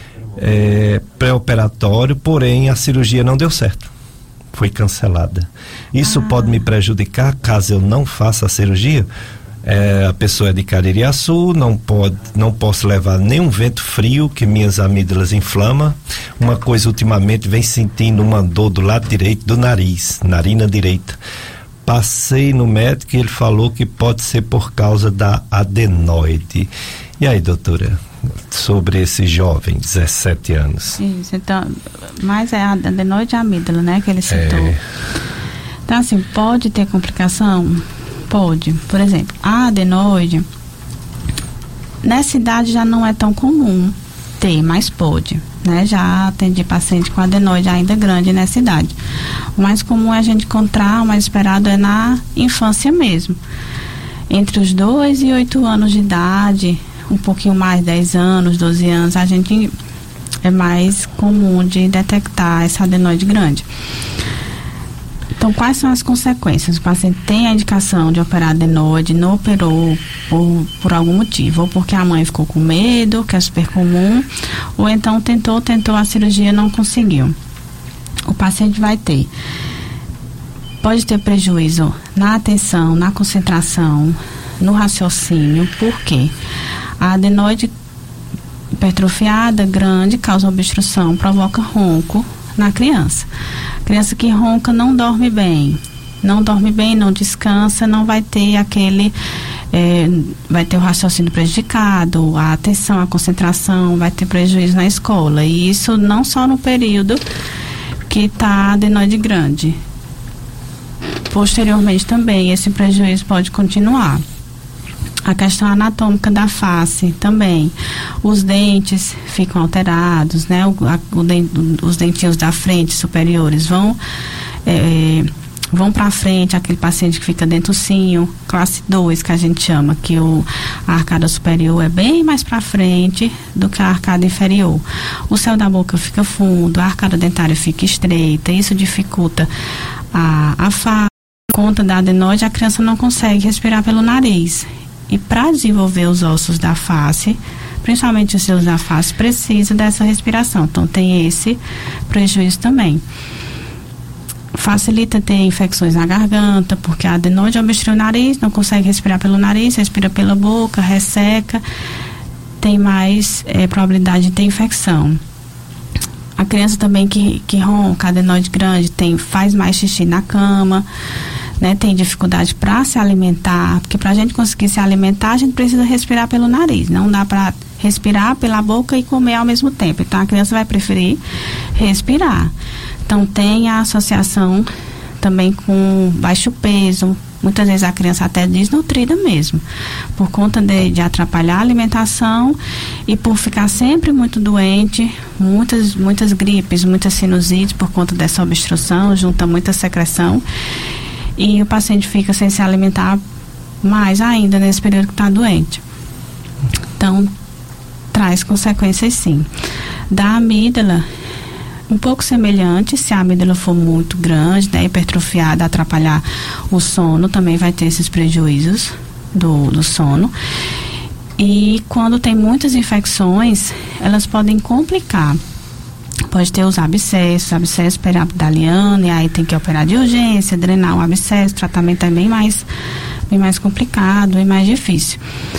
é, pré-operatório, porém a cirurgia não deu certo. Foi cancelada. Isso ah. pode me prejudicar caso eu não faça a cirurgia? É, a pessoa é de Caririaçu, não pode, não posso levar nenhum vento frio que minhas amígdalas inflamam. Uma coisa ultimamente vem sentindo uma dor do lado direito do nariz, narina direita. Passei no médico e ele falou que pode ser por causa da adenoide. E aí, doutora, sobre esse jovem, dezessete anos? Isso, então, mas é a adenoide e a amígdala, né, que ele citou. É. Então, assim, pode ter complicação? Pode. Por exemplo, a adenoide, nessa idade já não é tão comum ter, mas pode, né? Já atendi paciente com adenoide ainda grande nessa idade. O mais comum é a gente encontrar, o mais esperado é na infância mesmo. Entre os dois e oito anos de idade, um pouquinho mais, dez anos, doze anos, a gente é mais comum de detectar essa adenoide grande. Então, quais são as consequências? O paciente tem a indicação de operar adenoide, não operou por, por algum motivo, ou porque a mãe ficou com medo, que é super comum, ou então tentou, tentou a cirurgia, não conseguiu. O paciente vai ter, pode ter prejuízo na atenção, na concentração, no raciocínio. Por quê? A adenoide hipertrofiada, grande, causa obstrução, provoca ronco na criança. Criança que ronca não dorme bem, não dorme bem, não descansa, não vai ter aquele, é, vai ter o raciocínio prejudicado, a atenção, a concentração, vai ter prejuízo na escola. E isso não só no período que está adenoide grande. Posteriormente também esse prejuízo pode continuar. A questão anatômica da face também. Os dentes ficam alterados, né? O, a, o dent, os dentinhos da frente superiores vão é, vão para frente, aquele paciente que fica dentucinho, classe dois, que a gente chama, que o, a arcada superior é bem mais para frente do que a arcada inferior. O céu da boca fica fundo, a arcada dentária fica estreita, isso dificulta a, a face. Por conta da adenoide, a criança não consegue respirar pelo nariz. E para desenvolver os ossos da face, principalmente os seus da face, precisa dessa respiração. Então tem esse prejuízo também. Facilita ter infecções na garganta, porque a adenoide obstrui o nariz, não consegue respirar pelo nariz, respira pela boca, resseca, tem mais é, probabilidade de ter infecção. A criança também que, que ronca, adenoide grande, tem, faz mais xixi na cama, né, tem dificuldade para se alimentar, porque para a gente conseguir se alimentar, a gente precisa respirar pelo nariz, não dá para respirar pela boca e comer ao mesmo tempo. Então a criança vai preferir respirar. Então tem a associação também com baixo peso, muitas vezes a criança até desnutrida mesmo, por conta de, de atrapalhar a alimentação e por ficar sempre muito doente, muitas, muitas gripes, muitas sinusites por conta dessa obstrução, junta muita secreção. E o paciente fica sem se alimentar mais ainda nesse período que está doente. Então, traz consequências sim. Da amígdala, um pouco semelhante, se a amígdala for muito grande, né, hipertrofiada, atrapalhar o sono, também vai ter esses prejuízos do, do sono. E quando tem muitas infecções, elas podem complicar. Pode ter os abscessos, abscesso periabdaliano, e aí tem que operar de urgência, drenar o abscesso, o tratamento é bem mais, bem mais complicado e mais difícil.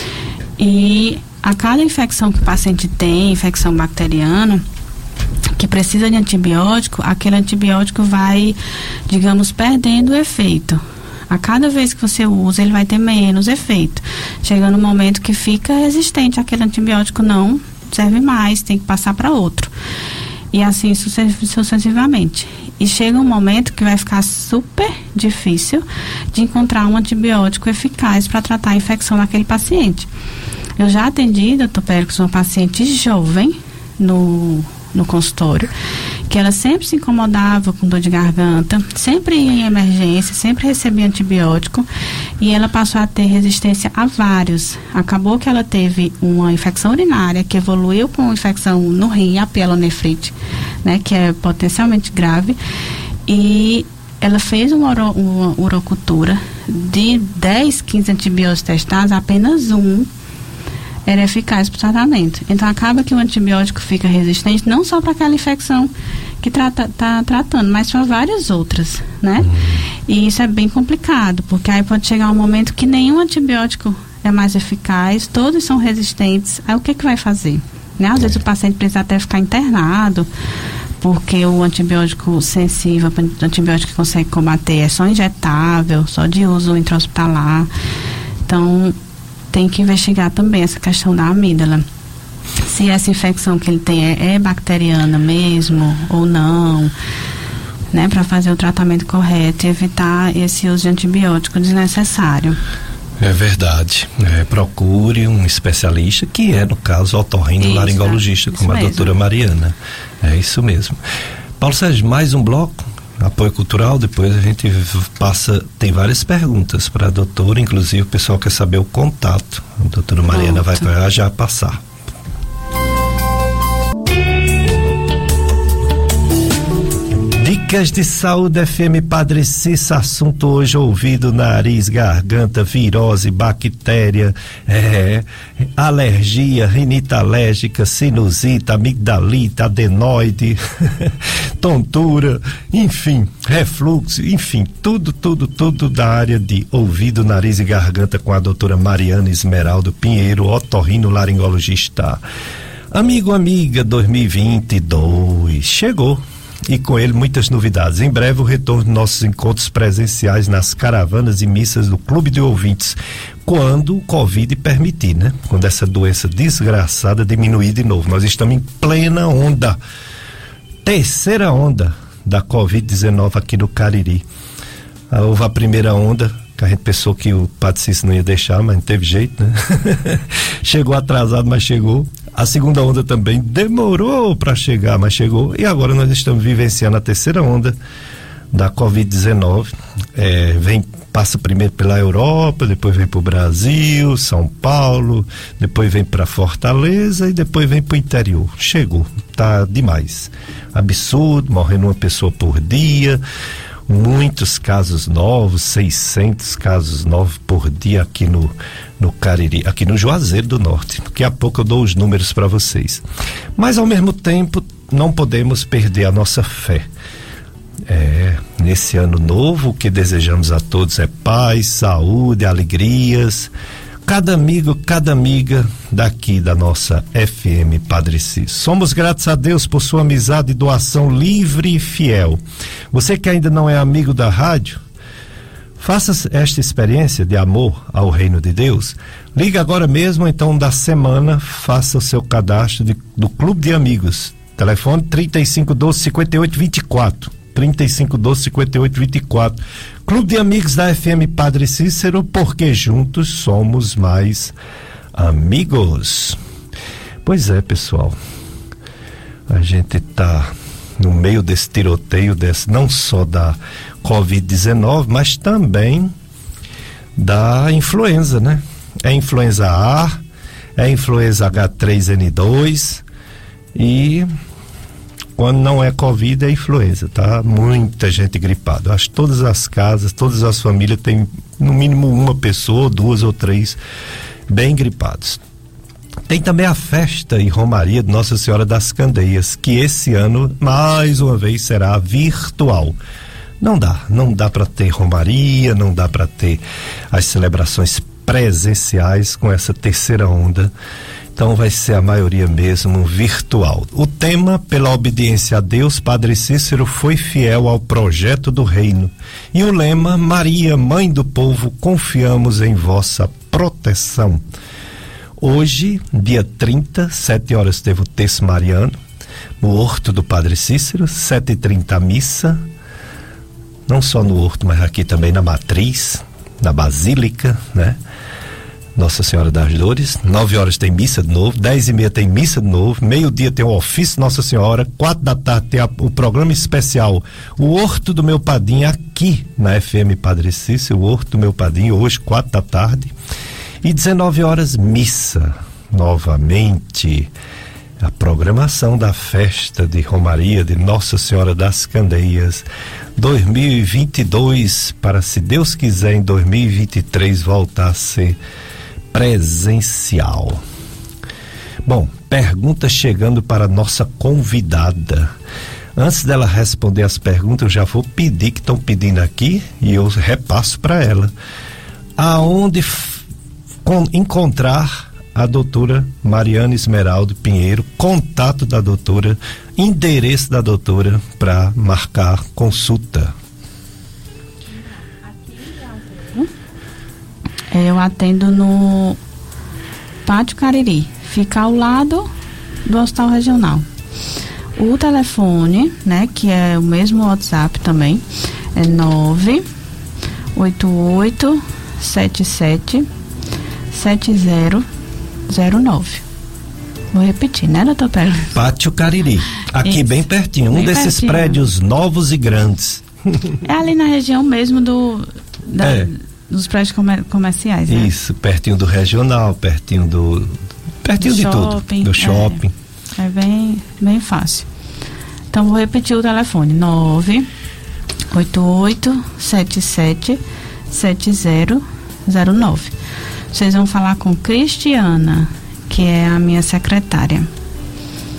E a cada infecção que o paciente tem, infecção bacteriana, que precisa de antibiótico, aquele antibiótico vai, digamos, perdendo o efeito. A cada vez que você usa, ele vai ter menos efeito. Chega no momento que fica resistente, aquele antibiótico não serve mais, tem que passar para outro. E assim sucessivamente. E chega um momento que vai ficar super difícil de encontrar um antibiótico eficaz para tratar a infecção daquele paciente. Eu já atendi, doutor Péricles, uma paciente jovem no, no consultório, que ela sempre se incomodava com dor de garganta, sempre ia em emergência, sempre recebia antibiótico, e ela passou a ter resistência a vários. Acabou que ela teve uma infecção urinária que evoluiu com infecção no rim, a pielonefrite, né, que é potencialmente grave, e ela fez uma, uro, uma urocultura de dez, quinze antibióticos testados, apenas um era eficaz para o tratamento. Então acaba que o antibiótico fica resistente não só para aquela infecção que está trata, tratando, mas para várias outras, né? Uhum. E isso é bem complicado, porque aí pode chegar um momento que nenhum antibiótico é mais eficaz, todos são resistentes. Aí o que que vai fazer? Né? Às vezes o paciente precisa até ficar internado, porque o antibiótico sensível, o antibiótico que consegue combater é só injetável, só de uso intra-hospitalar. Então tem que investigar também essa questão da amígdala. Se essa infecção que ele tem é, é bacteriana mesmo ou não, né, para fazer o tratamento correto e evitar esse uso de antibiótico desnecessário. É verdade. É, procure um especialista, que é, no caso, otorrinolaringologista, como a doutora Mariana. É isso mesmo. Paulo Sérgio, mais um bloco? Apoio cultural, depois a gente passa, tem várias perguntas para a doutora, inclusive o pessoal quer saber o contato. A doutora Mariana vai para já passar. Dicas de Saúde F M Padre Cícero, assunto hoje ouvido: nariz, garganta, virose, bactéria, é, alergia, rinite alérgica, sinusite, amigdalite, adenoide, tontura, enfim, refluxo, enfim, tudo, tudo, tudo da área de ouvido, nariz e garganta com a doutora Mariana Esmeraldo Pinheiro, otorrinolaringologista. Amigo, amiga, dois mil e vinte e dois chegou e com ele muitas novidades. Em breve o retorno de nossos encontros presenciais nas caravanas e missas do Clube de Ouvintes, quando o Covid permitir, né? Quando essa doença desgraçada diminuir de novo. Nós estamos em plena onda, terceira onda da covid dezenove aqui no Cariri. Ah, houve a primeira onda, que a gente pensou que o Padre Cícero não ia deixar, mas não teve jeito, né? Chegou atrasado, mas chegou. A segunda onda também demorou para chegar, mas chegou. E agora nós estamos vivenciando a terceira onda da covid dezenove. É, vem, passa primeiro pela Europa, depois vem para o Brasil, São Paulo, depois vem para Fortaleza e depois vem para o interior. Chegou, tá demais. Absurdo, morrendo uma pessoa por dia. Muitos casos novos, seiscentos casos novos por dia aqui no, no Cariri, aqui no Juazeiro do Norte. Daqui a pouco eu dou os números para vocês. Mas ao mesmo tempo, não podemos perder a nossa fé. É, nesse ano novo, o que desejamos a todos é paz, saúde, alegrias. Cada amigo, cada amiga daqui da nossa F M Padre Cícero. Somos gratos a Deus por sua amizade e doação livre e fiel. Você que ainda não é amigo da rádio, faça esta experiência de amor ao reino de Deus. Liga agora mesmo, então, da semana, faça o seu cadastro de, do Clube de Amigos. Telefone trinta e cinco, doze, cinquenta e oito, vinte e quatro. trinta e cinco, doze, cinquenta e oito, vinte e quatro. Clube de Amigos da F M Padre Cícero, porque juntos somos mais amigos. Pois é, pessoal, a gente tá no meio desse tiroteio, desse, não só da covid dezenove, mas também da influenza, né? É influenza A, é influenza H três N dois e... quando não é Covid, é influenza, tá? Muita gente gripada. Acho que todas as casas, todas as famílias têm no mínimo uma pessoa, duas ou três bem gripados. Tem também a festa e romaria de Nossa Senhora das Candeias, que esse ano, mais uma vez, será virtual. Não dá, não dá para ter romaria, não dá para ter as celebrações presenciais com essa terceira onda. Então vai ser a maioria mesmo virtual. O tema, pela obediência a Deus, Padre Cícero foi fiel ao projeto do reino. E o lema, Maria, Mãe do Povo, confiamos em vossa proteção. Hoje, dia trinta, sete horas teve o terço mariano, no Horto do Padre Cícero, sete e trinta a missa, não só no Horto, mas aqui também na Matriz, na Basílica, né? Nossa Senhora das Dores. Nove horas tem missa de novo, dez e meia tem missa de novo, meio-dia tem o ofício Nossa Senhora, quatro da tarde tem a, o programa especial O Horto do Meu Padinho, aqui na F M Padre Cícero, o Horto do Meu Padinho, hoje, quatro da tarde. E dezenove horas, missa, novamente. A programação da festa de Romaria de Nossa Senhora das Candeias dois mil e vinte e dois, para, se Deus quiser, em dois mil e vinte e três voltar a ser presencial. Bom, pergunta chegando para a nossa convidada. Antes dela responder as perguntas, eu já vou pedir, que estão pedindo aqui, e eu repasso para ela. Aonde f- com, encontrar a doutora Mariana Esmeraldo Pinheiro, contato da doutora, endereço da doutora para marcar consulta. Eu atendo no Pátio Cariri, fica ao lado do Hospital Regional. O telefone, né, que é o mesmo WhatsApp também, é nove oito oito sete sete sete zero zero nove. Vou repetir, né, doutor Pérez? Pátio Cariri, aqui Isso. bem pertinho, um bem desses pertinho. Prédios novos e grandes. É ali na região mesmo do da, é. dos prédios comer, comerciais, né? Isso, pertinho do regional, pertinho do pertinho do de shopping, tudo, do shopping. É, é bem, bem fácil. Então vou repetir o telefone, nove oito oito sete sete sete zero zero nove. Vocês vão falar com Cristiana, que é a minha secretária.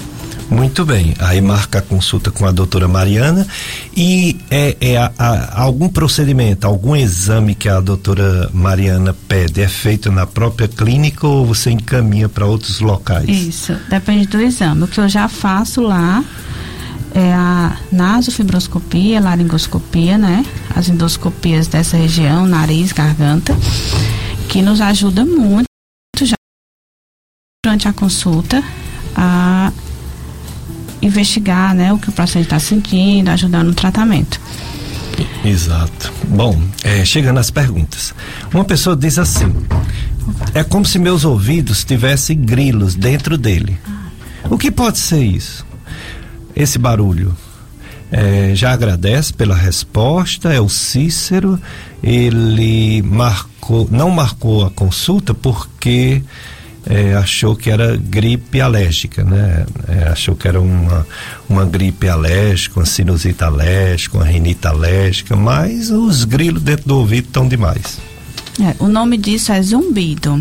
Muito bem, aí marca a consulta com a doutora Mariana e é, é a, a, algum procedimento, algum exame que a doutora Mariana pede, é feito na própria clínica ou você encaminha para outros locais? Isso, depende do exame. O que eu já faço lá é a nasofibroscopia, laringoscopia, né? As endoscopias dessa região, nariz, garganta, que nos ajuda muito já durante a consulta a investigar, né, o que o paciente está sentindo, ajudando no tratamento. Exato. Bom, é, chegando às perguntas. Uma pessoa diz assim: é como se meus ouvidos tivessem grilos dentro dele. O que pode ser isso? Esse barulho? É, já agradece pela resposta. É o Cícero. Ele marcou, não marcou a consulta porque É, achou que era gripe alérgica, né? É, achou que era uma, uma gripe alérgica, uma sinusite alérgica, uma rinite alérgica, mas os grilos dentro do ouvido estão demais. É, o nome disso é zumbido.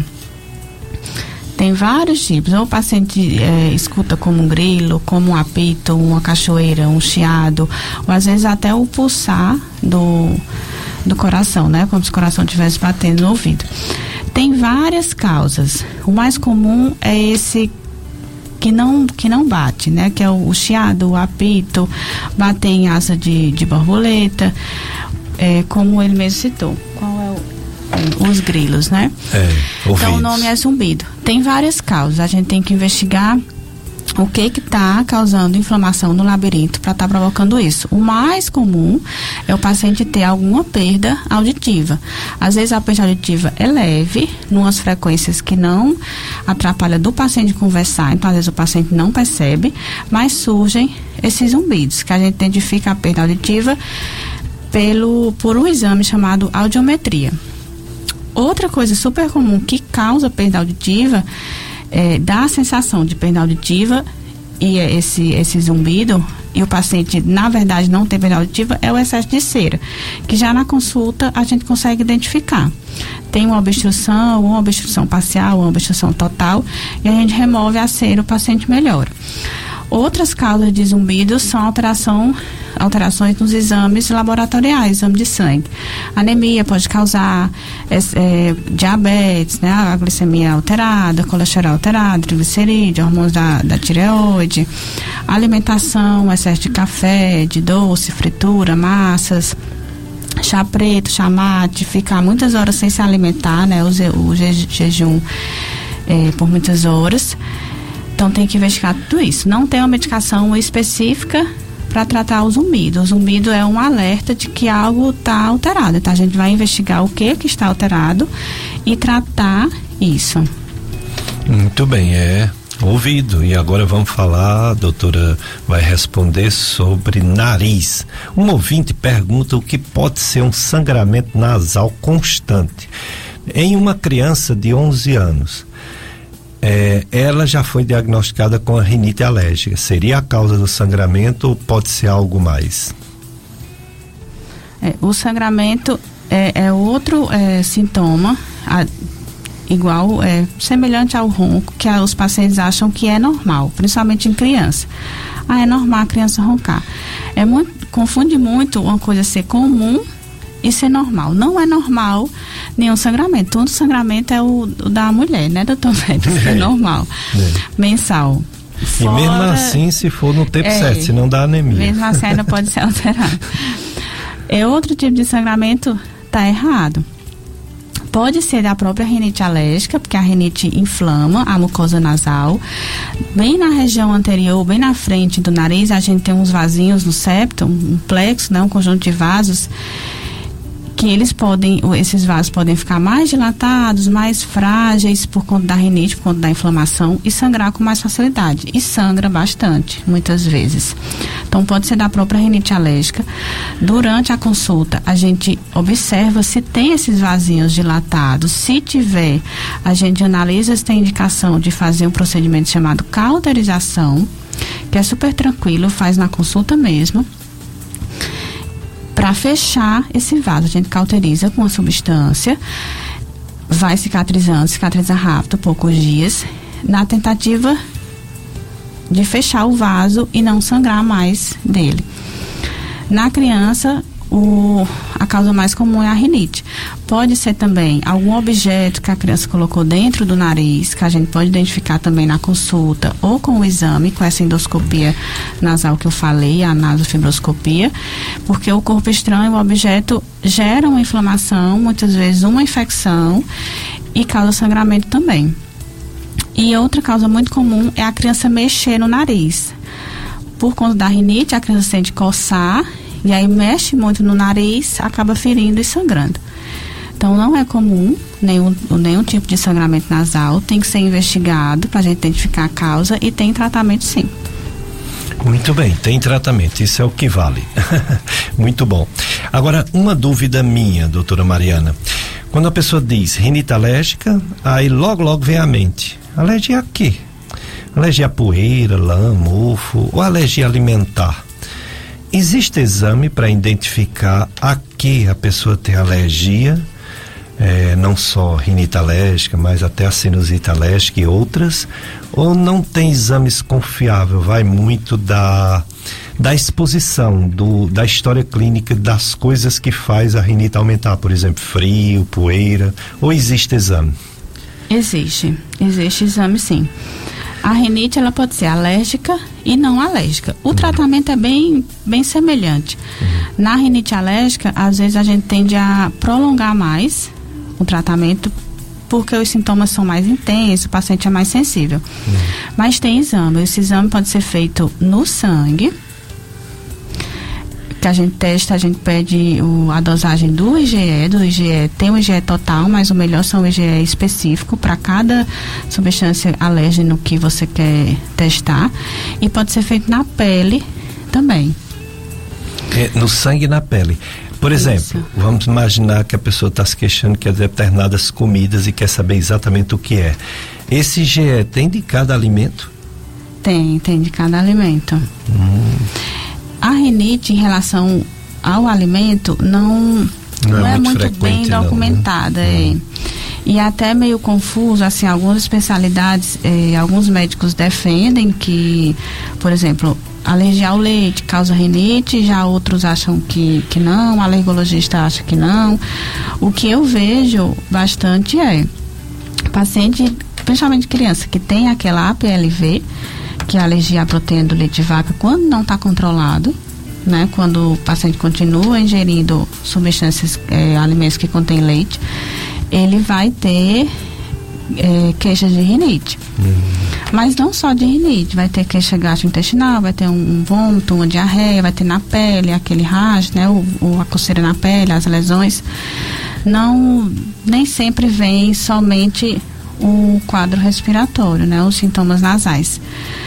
Tem vários tipos. Ou o paciente é, escuta como um grilo, como um apito, uma cachoeira, um chiado, ou às vezes até o pulsar do, do coração, né? Como se o coração estivesse batendo no ouvido. Tem várias causas. O mais comum é esse que não, que não bate, né? Que é o, o chiado, o apito, bater em asa de, de borboleta, é, como ele mesmo citou. Qual é o, os grilos, né? É, ouvidos. Então o nome é zumbido. Tem várias causas. A gente tem que investigar o que que está causando inflamação no labirinto para estar tá provocando isso. O mais comum é o paciente ter alguma perda auditiva. Às vezes a perda auditiva é leve, numas frequências que não atrapalha do paciente conversar, então às vezes o paciente não percebe, mas surgem esses zumbidos, que a gente identifica a perda auditiva pelo, por um exame chamado audiometria. Outra coisa super comum que causa perda auditiva É, dá a sensação de perda auditiva e esse, esse zumbido, e o paciente na verdade não tem perda auditiva, é o excesso de cera, que já na consulta a gente consegue identificar. Tem uma obstrução, uma obstrução parcial, uma obstrução total, e a gente remove a cera, o paciente melhora. Outras causas de zumbido são alteração, alterações nos exames laboratoriais, exame de sangue. Anemia pode causar é, é, diabetes, né, a glicemia alterada, colesterol alterado, triglicerídeo, hormônios da, da tireoide, alimentação, excesso de café, de doce, fritura, massas, chá preto, chá mate, ficar muitas horas sem se alimentar, né, o, o je, jejum é, por muitas horas. Então tem que investigar tudo isso. Não tem uma medicação específica para tratar o zumbido. O zumbido é um alerta de que algo está alterado. Então a gente vai investigar o que que está alterado e tratar isso. Muito bem, é ouvido. E agora vamos falar, a doutora vai responder sobre nariz. Um ouvinte pergunta o que pode ser um sangramento nasal constante em uma criança de onze anos. É, ela já foi diagnosticada com a rinite alérgica. Seria a causa do sangramento ou pode ser algo mais? É, o sangramento é, é outro é, sintoma, a, igual, é, semelhante ao ronco, que a, os pacientes acham que é normal, principalmente em criança. Ah, é normal a criança roncar. É muito, confunde muito uma coisa ser comum e ser normal. Não é normal nenhum sangramento. Todo sangramento é o, o da mulher, né, doutor Pedro? É, é normal. É. Mensal. Fora, e mesmo assim, se for no tempo é, certo, senão dá anemia. Mesmo assim, ainda pode ser alterado. É outro tipo de sangramento, tá errado. Pode ser da própria rinite alérgica, porque a rinite inflama a mucosa nasal. Bem na região anterior, bem na frente do nariz, a gente tem uns vasinhos no septo, um plexo, né, um conjunto de vasos, que eles podem, esses vasos podem ficar mais dilatados, mais frágeis por conta da rinite, por conta da inflamação, e sangrar com mais facilidade. E sangra bastante, muitas vezes. Então pode ser da própria rinite alérgica. Durante a consulta, a gente observa se tem esses vasinhos dilatados. Se tiver, a gente analisa se tem indicação de fazer um procedimento chamado cauterização, que é super tranquilo, faz na consulta mesmo. Para fechar esse vaso, a gente cauteriza com uma substância, vai cicatrizando, cicatriza rápido, poucos dias, na tentativa de fechar o vaso e não sangrar mais dele. Na criança, o, a causa mais comum é a rinite. Pode ser também algum objeto que a criança colocou dentro do nariz, que a gente pode identificar também na consulta ou com o exame, com essa endoscopia nasal que eu falei, a nasofibroscopia, porque o corpo estranho, o objeto, gera uma inflamação, muitas vezes uma infecção e causa sangramento também. E outra causa muito comum é a criança mexer no nariz. Por conta da rinite, a criança sente coçar e aí mexe muito no nariz, acaba ferindo e sangrando. Então não é comum nenhum, nenhum tipo de sangramento nasal, tem que ser investigado para a gente identificar a causa e tem tratamento sim. Muito bem, tem tratamento, isso é o que vale. Muito bom. Agora, uma dúvida minha, doutora Mariana. Quando a pessoa diz rinite alérgica, aí logo logo vem à mente. Alergia a quê? Alergia a poeira, lã, mofo ou alergia alimentar? Existe exame para identificar a que a pessoa tem alergia, é, não só rinite alérgica, mas até a sinusite alérgica e outras? Ou não tem exames confiáveis? Vai muito da, da exposição, do, da história clínica das coisas que faz a rinite aumentar, por exemplo, frio, poeira, ou existe exame? Existe, existe exame sim. A rinite, ela pode ser alérgica e não alérgica. O uhum. tratamento é bem, bem semelhante. Uhum. Na rinite alérgica, às vezes a gente tende a prolongar mais o tratamento porque os sintomas são mais intensos, o paciente é mais sensível. Uhum. Mas tem exame. Esse exame pode ser feito no sangue, que a gente testa, a gente pede o, a dosagem do I G E, do I G E, tem o I G E total, mas o melhor são o I G E específico para cada substância alérgena que você quer testar, e pode ser feito na pele também. É, no sangue e na pele. Por exemplo, isso. Vamos imaginar que a pessoa está se queixando que é determinadas comidas e quer saber exatamente o que é. Esse I G E tem de cada alimento? Tem, tem de cada alimento. Hum. A rinite em relação ao alimento não, não, não é, é muito, muito bem documentada. Não, né? é. E até meio confuso, assim, algumas especialidades, eh, alguns médicos defendem que, por exemplo, alergia ao leite causa rinite, já outros acham que, que não, o alergologista acha que não. O que eu vejo bastante é paciente, principalmente criança, que tem aquela A P L V, que é a alergia à proteína do leite de vaca, quando não está controlado, né, quando o paciente continua ingerindo substâncias, é, alimentos que contêm leite, ele vai ter é, queixas de rinite. Uhum. Mas não só de rinite, vai ter queixa gastrointestinal, vai ter um, um vômito, uma diarreia, vai ter na pele, aquele rasgo, né, o, o, a coceira na pele, as lesões. Não, nem sempre vem somente o quadro respiratório, né, os sintomas nasais.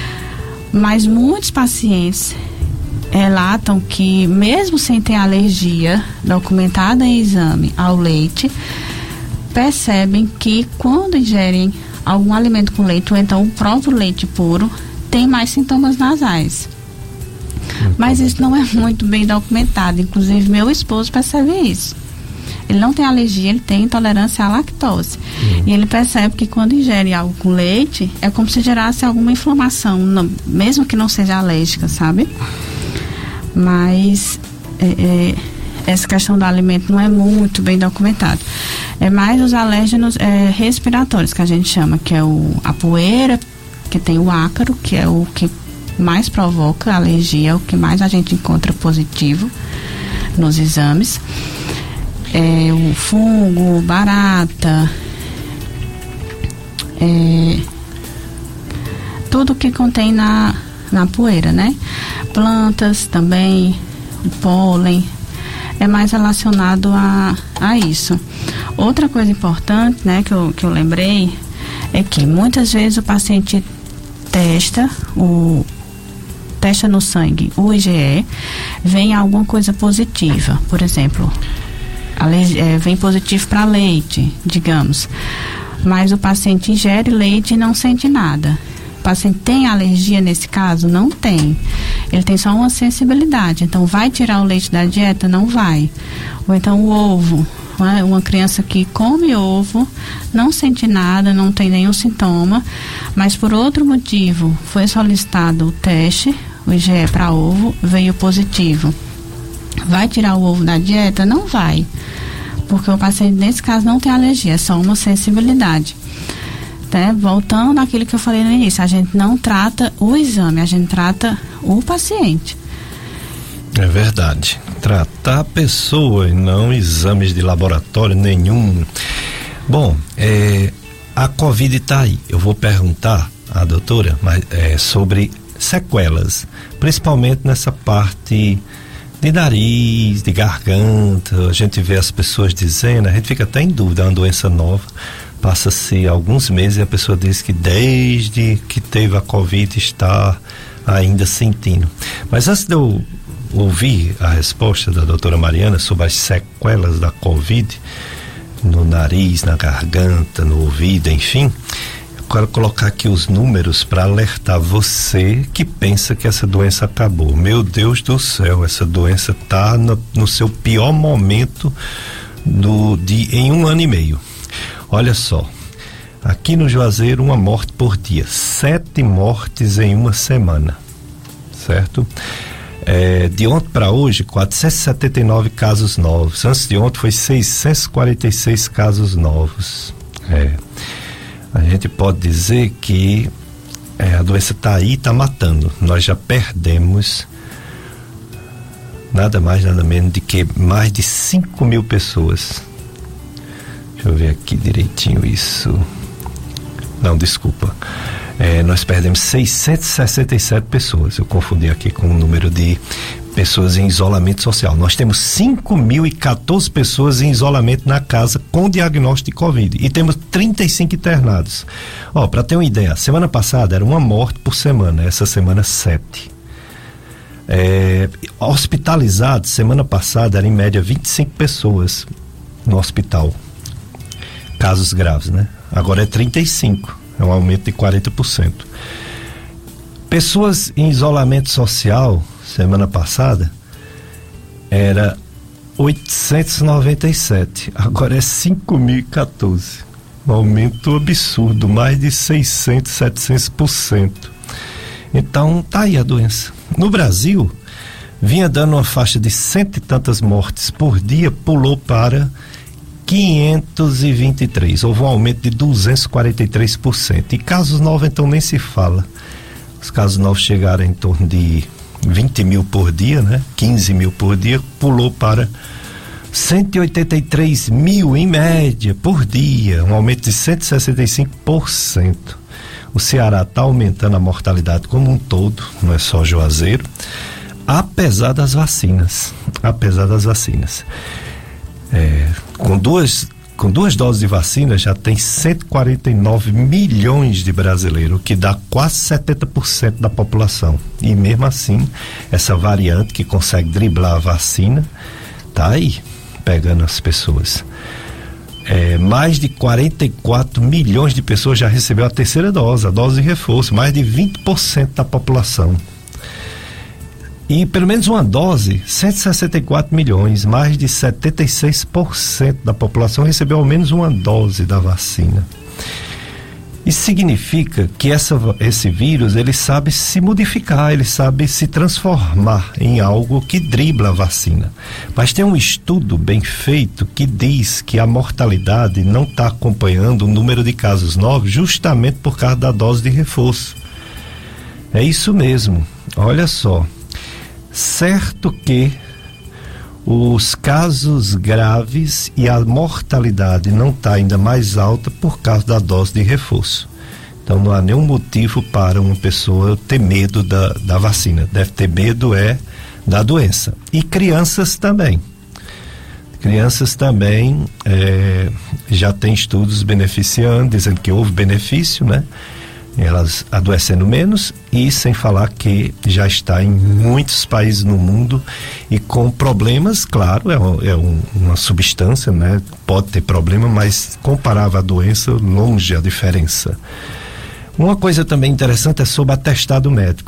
Mas muitos pacientes relatam que, mesmo sem ter alergia documentada em exame ao leite, percebem que quando ingerem algum alimento com leite, ou então o próprio leite puro, tem mais sintomas nasais. Mas isso não é muito bem documentado. Inclusive, meu esposo percebe isso. Ele não tem alergia, ele tem intolerância à lactose. Uhum. E ele percebe que quando ingere algo com leite, é como se gerasse alguma inflamação, não, mesmo que não seja alérgica, sabe? Mas é, é, essa questão do alimento não é muito bem documentada. É mais os alérgenos é, respiratórios, que a gente chama, que é o, a poeira, que tem o ácaro, que é o que mais provoca alergia, o que mais a gente encontra positivo nos exames. É, o fungo, barata, é, tudo que contém na, na poeira, né? Plantas também, o pólen, é mais relacionado a, a isso. Outra coisa importante, né, que eu, que eu lembrei, é que muitas vezes o paciente testa o testa no sangue o I G E, vem alguma coisa positiva, por exemplo, É, vem positivo para leite, digamos, mas o paciente ingere leite e não sente nada. O paciente tem alergia nesse caso? Não tem. Ele tem só uma sensibilidade. Então, vai tirar o leite da dieta? Não vai. Ou então o ovo. né? Uma criança que come ovo, não sente nada, não tem nenhum sintoma, mas por outro motivo foi solicitado o teste, o I G E para ovo, veio positivo. Vai tirar o ovo da dieta? Não vai, porque o paciente nesse caso não tem alergia, é só uma sensibilidade. Né? Voltando naquilo que eu falei no início, a gente não trata o exame, a gente trata o paciente. É verdade, tratar a pessoa e não exames de laboratório nenhum. Bom, é, a Covid está aí. Eu vou perguntar à doutora mas, é, sobre sequelas, principalmente nessa parte de nariz, de garganta. A gente vê as pessoas dizendo, a gente fica até em dúvida, é uma doença nova, passa-se alguns meses e a pessoa diz que desde que teve a Covid está ainda sentindo. Mas antes de eu ouvir a resposta da doutora Mariana sobre as sequelas da Covid no nariz, na garganta, no ouvido, enfim, eu quero colocar aqui os números para alertar você que pensa que essa doença acabou. Meu Deus do céu, essa doença está no, no seu pior momento do, de, em um ano e meio. Olha só, aqui no Juazeiro uma morte por dia, sete mortes em uma semana, certo? É, de ontem para hoje, quatrocentos e setenta e nove casos novos. Antes de ontem foi seiscentos e quarenta e seis casos novos. É, a gente pode dizer que é, a doença está aí e está matando. Nós já perdemos nada mais, nada menos de que mais de cinco mil pessoas. Deixa eu ver aqui direitinho isso. Não, desculpa. É, nós perdemos seiscentos e sessenta e sete pessoas. Eu confundi aqui com o número de pessoas em isolamento social. Nós temos cinco mil e quatorze pessoas em isolamento na casa com diagnóstico de Covid. E temos trinta e cinco internados. Ó, para ter uma ideia, semana passada era uma morte por semana. Essa semana, sete. É, hospitalizados, semana passada, era em média vinte e cinco pessoas no hospital. Casos graves, né? Agora é trinta e cinco. É um aumento de quarenta por cento. Pessoas em isolamento social, semana passada, era oitocentos e noventa e sete. Agora é cinco mil e quatorze. Um aumento absurdo, mais de seiscentos, setecentos por cento. Então, tá aí a doença. No Brasil, vinha dando uma faixa de cento e tantas mortes por dia, pulou para quinhentos e vinte e três, houve um aumento de duzentos e quarenta e três por cento. E casos novos, então, nem se fala. Os casos novos chegaram em torno de vinte mil por dia, né? quinze mil por dia, pulou para cento e oitenta e três mil em média por dia, um aumento de cento e sessenta e cinco por cento. O Ceará está aumentando a mortalidade como um todo, não é só Juazeiro, apesar das vacinas, apesar das vacinas. É, com duas com duas doses de vacina já tem cento e quarenta e nove milhões de brasileiros, o que dá quase setenta por cento da população. E mesmo assim, essa variante que consegue driblar a vacina tá aí, pegando as pessoas. É, mais de quarenta e quatro milhões de pessoas já recebeu a terceira dose, a dose de reforço, mais de vinte por cento da população. E pelo menos uma dose, cento e sessenta e quatro milhões, mais de setenta e seis por cento da população recebeu ao menos uma dose da vacina. Isso significa que essa, esse vírus, ele sabe se modificar, ele sabe se transformar em algo que dribla a vacina. Mas tem um estudo bem feito que diz que a mortalidade não está acompanhando o número de casos novos justamente por causa da dose de reforço. É isso mesmo, olha só. Certo que os casos graves e a mortalidade não está ainda mais alta por causa da dose de reforço. Então não há nenhum motivo para uma pessoa ter medo da, da vacina. Deve ter medo é da doença. E crianças também. Crianças também é, já tem estudos beneficiando, dizendo que houve benefício, né? Elas adoecendo menos, e sem falar que já está em muitos países no mundo e com problemas, claro, é, um, é um, uma substância, né? Pode ter problema, mas comparável à doença, longe a diferença. Uma coisa também interessante é sobre atestado médico.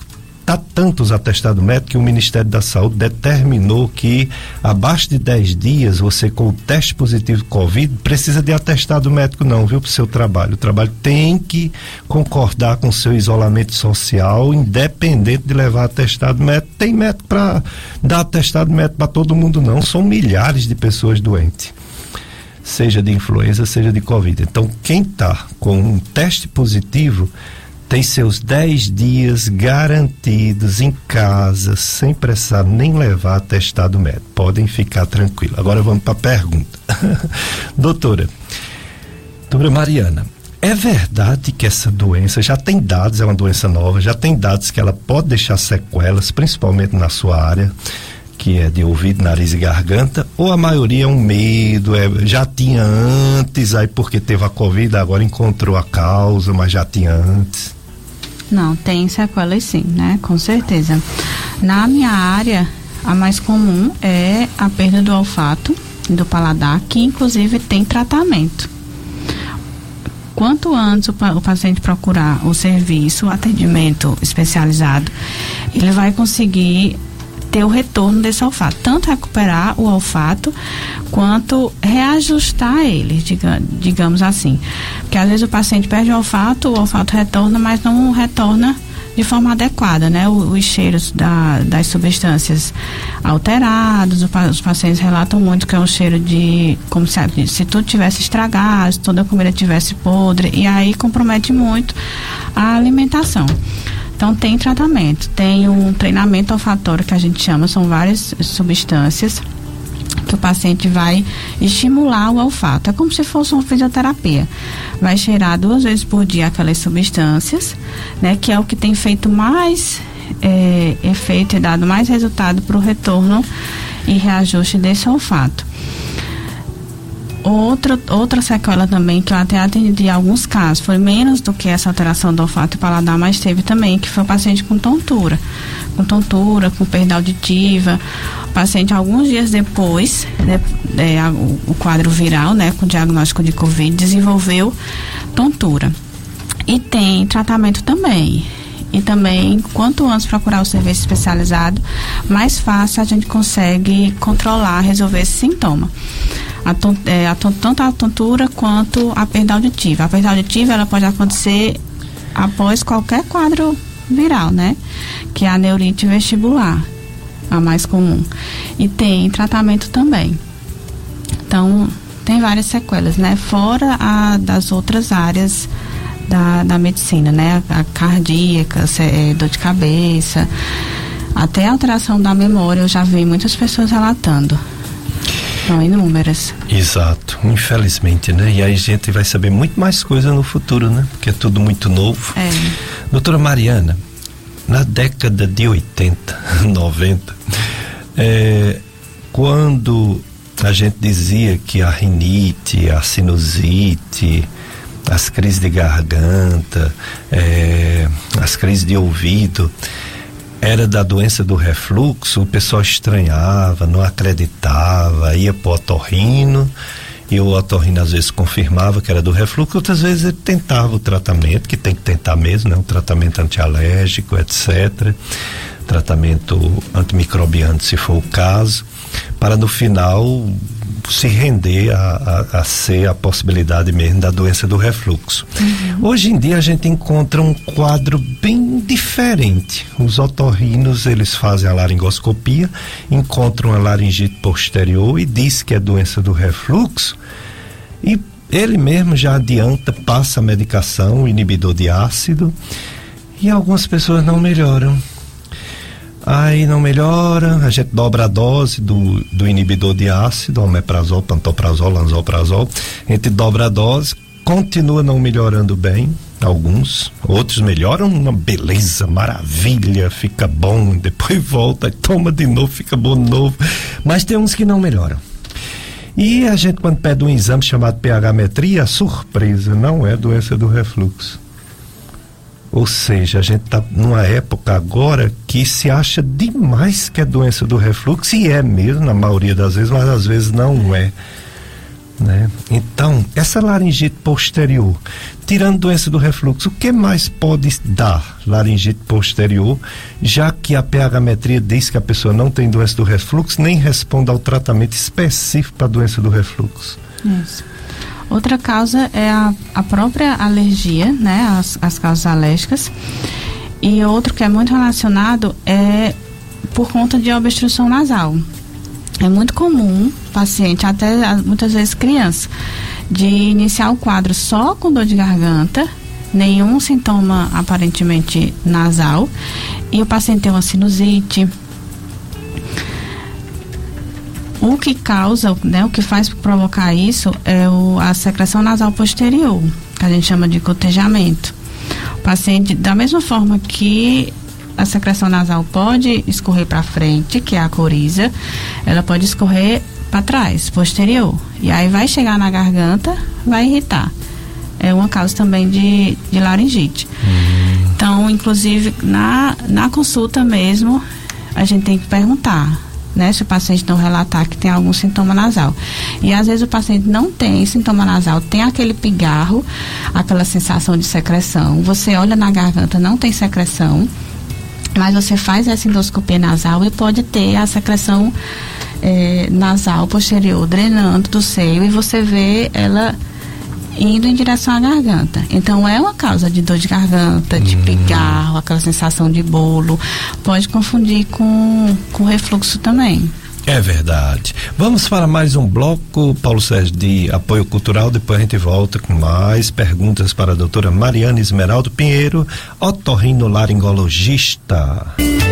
tá tanto os atestados médicos que o Ministério da Saúde determinou que abaixo de dez dias você com o teste positivo de Covid precisa de atestado médico não, viu, pro seu trabalho. O trabalho tem que concordar com o seu isolamento social, independente de levar atestado médico. Tem médico para dar atestado médico para todo mundo não, são milhares de pessoas doentes, seja de influenza, seja de Covid. Então, quem está com um teste positivo tem seus dez dias garantidos em casa, sem precisar nem levar atestado médico. Podem ficar tranquilos. Agora vamos para a pergunta. Doutora, doutora Mariana, é verdade que essa doença já tem dados, é uma doença nova, já tem dados que ela pode deixar sequelas, principalmente na sua área, que é de ouvido, nariz e garganta, ou a maioria é um medo, é, já tinha antes, aí porque teve a Covid, agora encontrou a causa, mas já tinha antes? Não, tem sequelas sim, né? Com certeza. Na minha área, a mais comum é a perda do olfato, do paladar, que inclusive tem tratamento. Quanto antes o, o paciente procurar o serviço, o atendimento especializado, ele vai conseguir ter o retorno desse olfato, tanto recuperar o olfato quanto reajustar ele, diga, digamos assim, porque às vezes o paciente perde o olfato, o olfato retorna, mas não retorna de forma adequada, né? O, os cheiros da, das substâncias alterados, o, os pacientes relatam muito que é um cheiro de, como se, se tudo tivesse estragado, se toda a comida tivesse podre, e aí compromete muito a alimentação. Então tem tratamento, tem um treinamento olfatório que a gente chama, são várias substâncias que o paciente vai estimular o olfato, é como se fosse uma fisioterapia, vai cheirar duas vezes por dia aquelas substâncias, né, que é o que tem feito mais é, efeito e dado mais resultado para o retorno e reajuste desse olfato. Outra, outra sequela também que eu até atendi em alguns casos, foi menos do que essa alteração do olfato e paladar, mas teve também, que foi o paciente com tontura, com tontura, com perda auditiva. O paciente, alguns dias depois, né, é, o, o quadro viral, né, com diagnóstico de Covid, desenvolveu tontura. E tem tratamento também. E também, quanto antes procurar o serviço especializado, mais fácil a gente consegue controlar, resolver esse sintoma. A ton, é, a ton, tanto a tontura quanto a perda auditiva. A perda auditiva ela pode acontecer após qualquer quadro viral, né? Que é a neurite vestibular, a mais comum. E tem tratamento também. Então, tem várias sequelas, né? Fora a, das outras áreas da, da medicina, né? A cardíaca, é, dor de cabeça, até a alteração da memória, eu já vi muitas pessoas relatando. São inúmeras. Exato, infelizmente, né? E aí a gente vai saber muito mais coisa no futuro, né? Porque é tudo muito novo. É. Doutora Mariana, na década de oitenta, noventa, é, quando a gente dizia que a rinite, a sinusite, as crises de garganta, é, as crises de ouvido, era da doença do refluxo, o pessoal estranhava, não acreditava, ia pro otorrino, e o otorrino às vezes confirmava que era do refluxo, outras vezes ele tentava o tratamento, que tem que tentar mesmo, né? Um tratamento antialérgico, etcétera, tratamento antimicrobiano, se for o caso, para no final se render a, a, a ser a possibilidade mesmo da doença do refluxo. Uhum. Hoje em dia a gente encontra um quadro bem diferente. Os otorrinos, eles fazem a laringoscopia, encontram a laringite posterior e diz que é doença do refluxo, e ele mesmo já adianta, passa a medicação, o inibidor de ácido, e algumas pessoas não melhoram. Aí não melhora, a gente dobra a dose do, do inibidor de ácido, omeprazol, pantoprazol, lansoprazol, a gente dobra a dose, continua não melhorando bem, alguns, outros melhoram, uma beleza, maravilha, fica bom, depois volta, toma de novo, fica bom de novo, mas tem uns que não melhoram. E a gente, quando pede um exame chamado pH-metria, a surpresa, não é doença do refluxo. Ou seja, a gente está numa época agora que se acha demais que é doença do refluxo, e é mesmo, na maioria das vezes, mas às vezes não é. né? Então, essa laringite posterior, tirando doença do refluxo, o que mais pode dar laringite posterior, já que a pH-metria diz que a pessoa não tem doença do refluxo, nem responde ao tratamento específico para a doença do refluxo? Isso. Outra causa é a, a própria alergia, né? As, as causas alérgicas. E outro que é muito relacionado é por conta de obstrução nasal. É muito comum paciente, até muitas vezes criança, de iniciar o quadro só com dor de garganta, nenhum sintoma aparentemente nasal, e o paciente tem uma sinusite. O que causa, né, o que faz provocar isso é o, a secreção nasal posterior, que a gente chama de gotejamento. O paciente, da mesma forma que a secreção nasal pode escorrer para frente, que é a coriza, ela pode escorrer para trás, posterior. E aí vai chegar na garganta, vai irritar. É uma causa também de, de laringite. Uhum. Então, inclusive, na, na consulta mesmo, a gente tem que perguntar, né, se o paciente não relatar que tem algum sintoma nasal. E às vezes o paciente não tem sintoma nasal, tem aquele pigarro, aquela sensação de secreção. Você olha na garganta, não tem secreção, mas você faz essa endoscopia nasal e pode ter a secreção é, nasal posterior drenando do seio e você vê ela indo em direção à garganta. Então é uma causa de dor de garganta, de hum. pigarro, aquela sensação de bolo. Pode confundir com, com refluxo também. É verdade. Vamos para mais um bloco, Paulo Sérgio, de apoio cultural. Depois a gente volta com mais perguntas para a doutora Mariana Esmeraldo Pinheiro, otorrinolaringologista.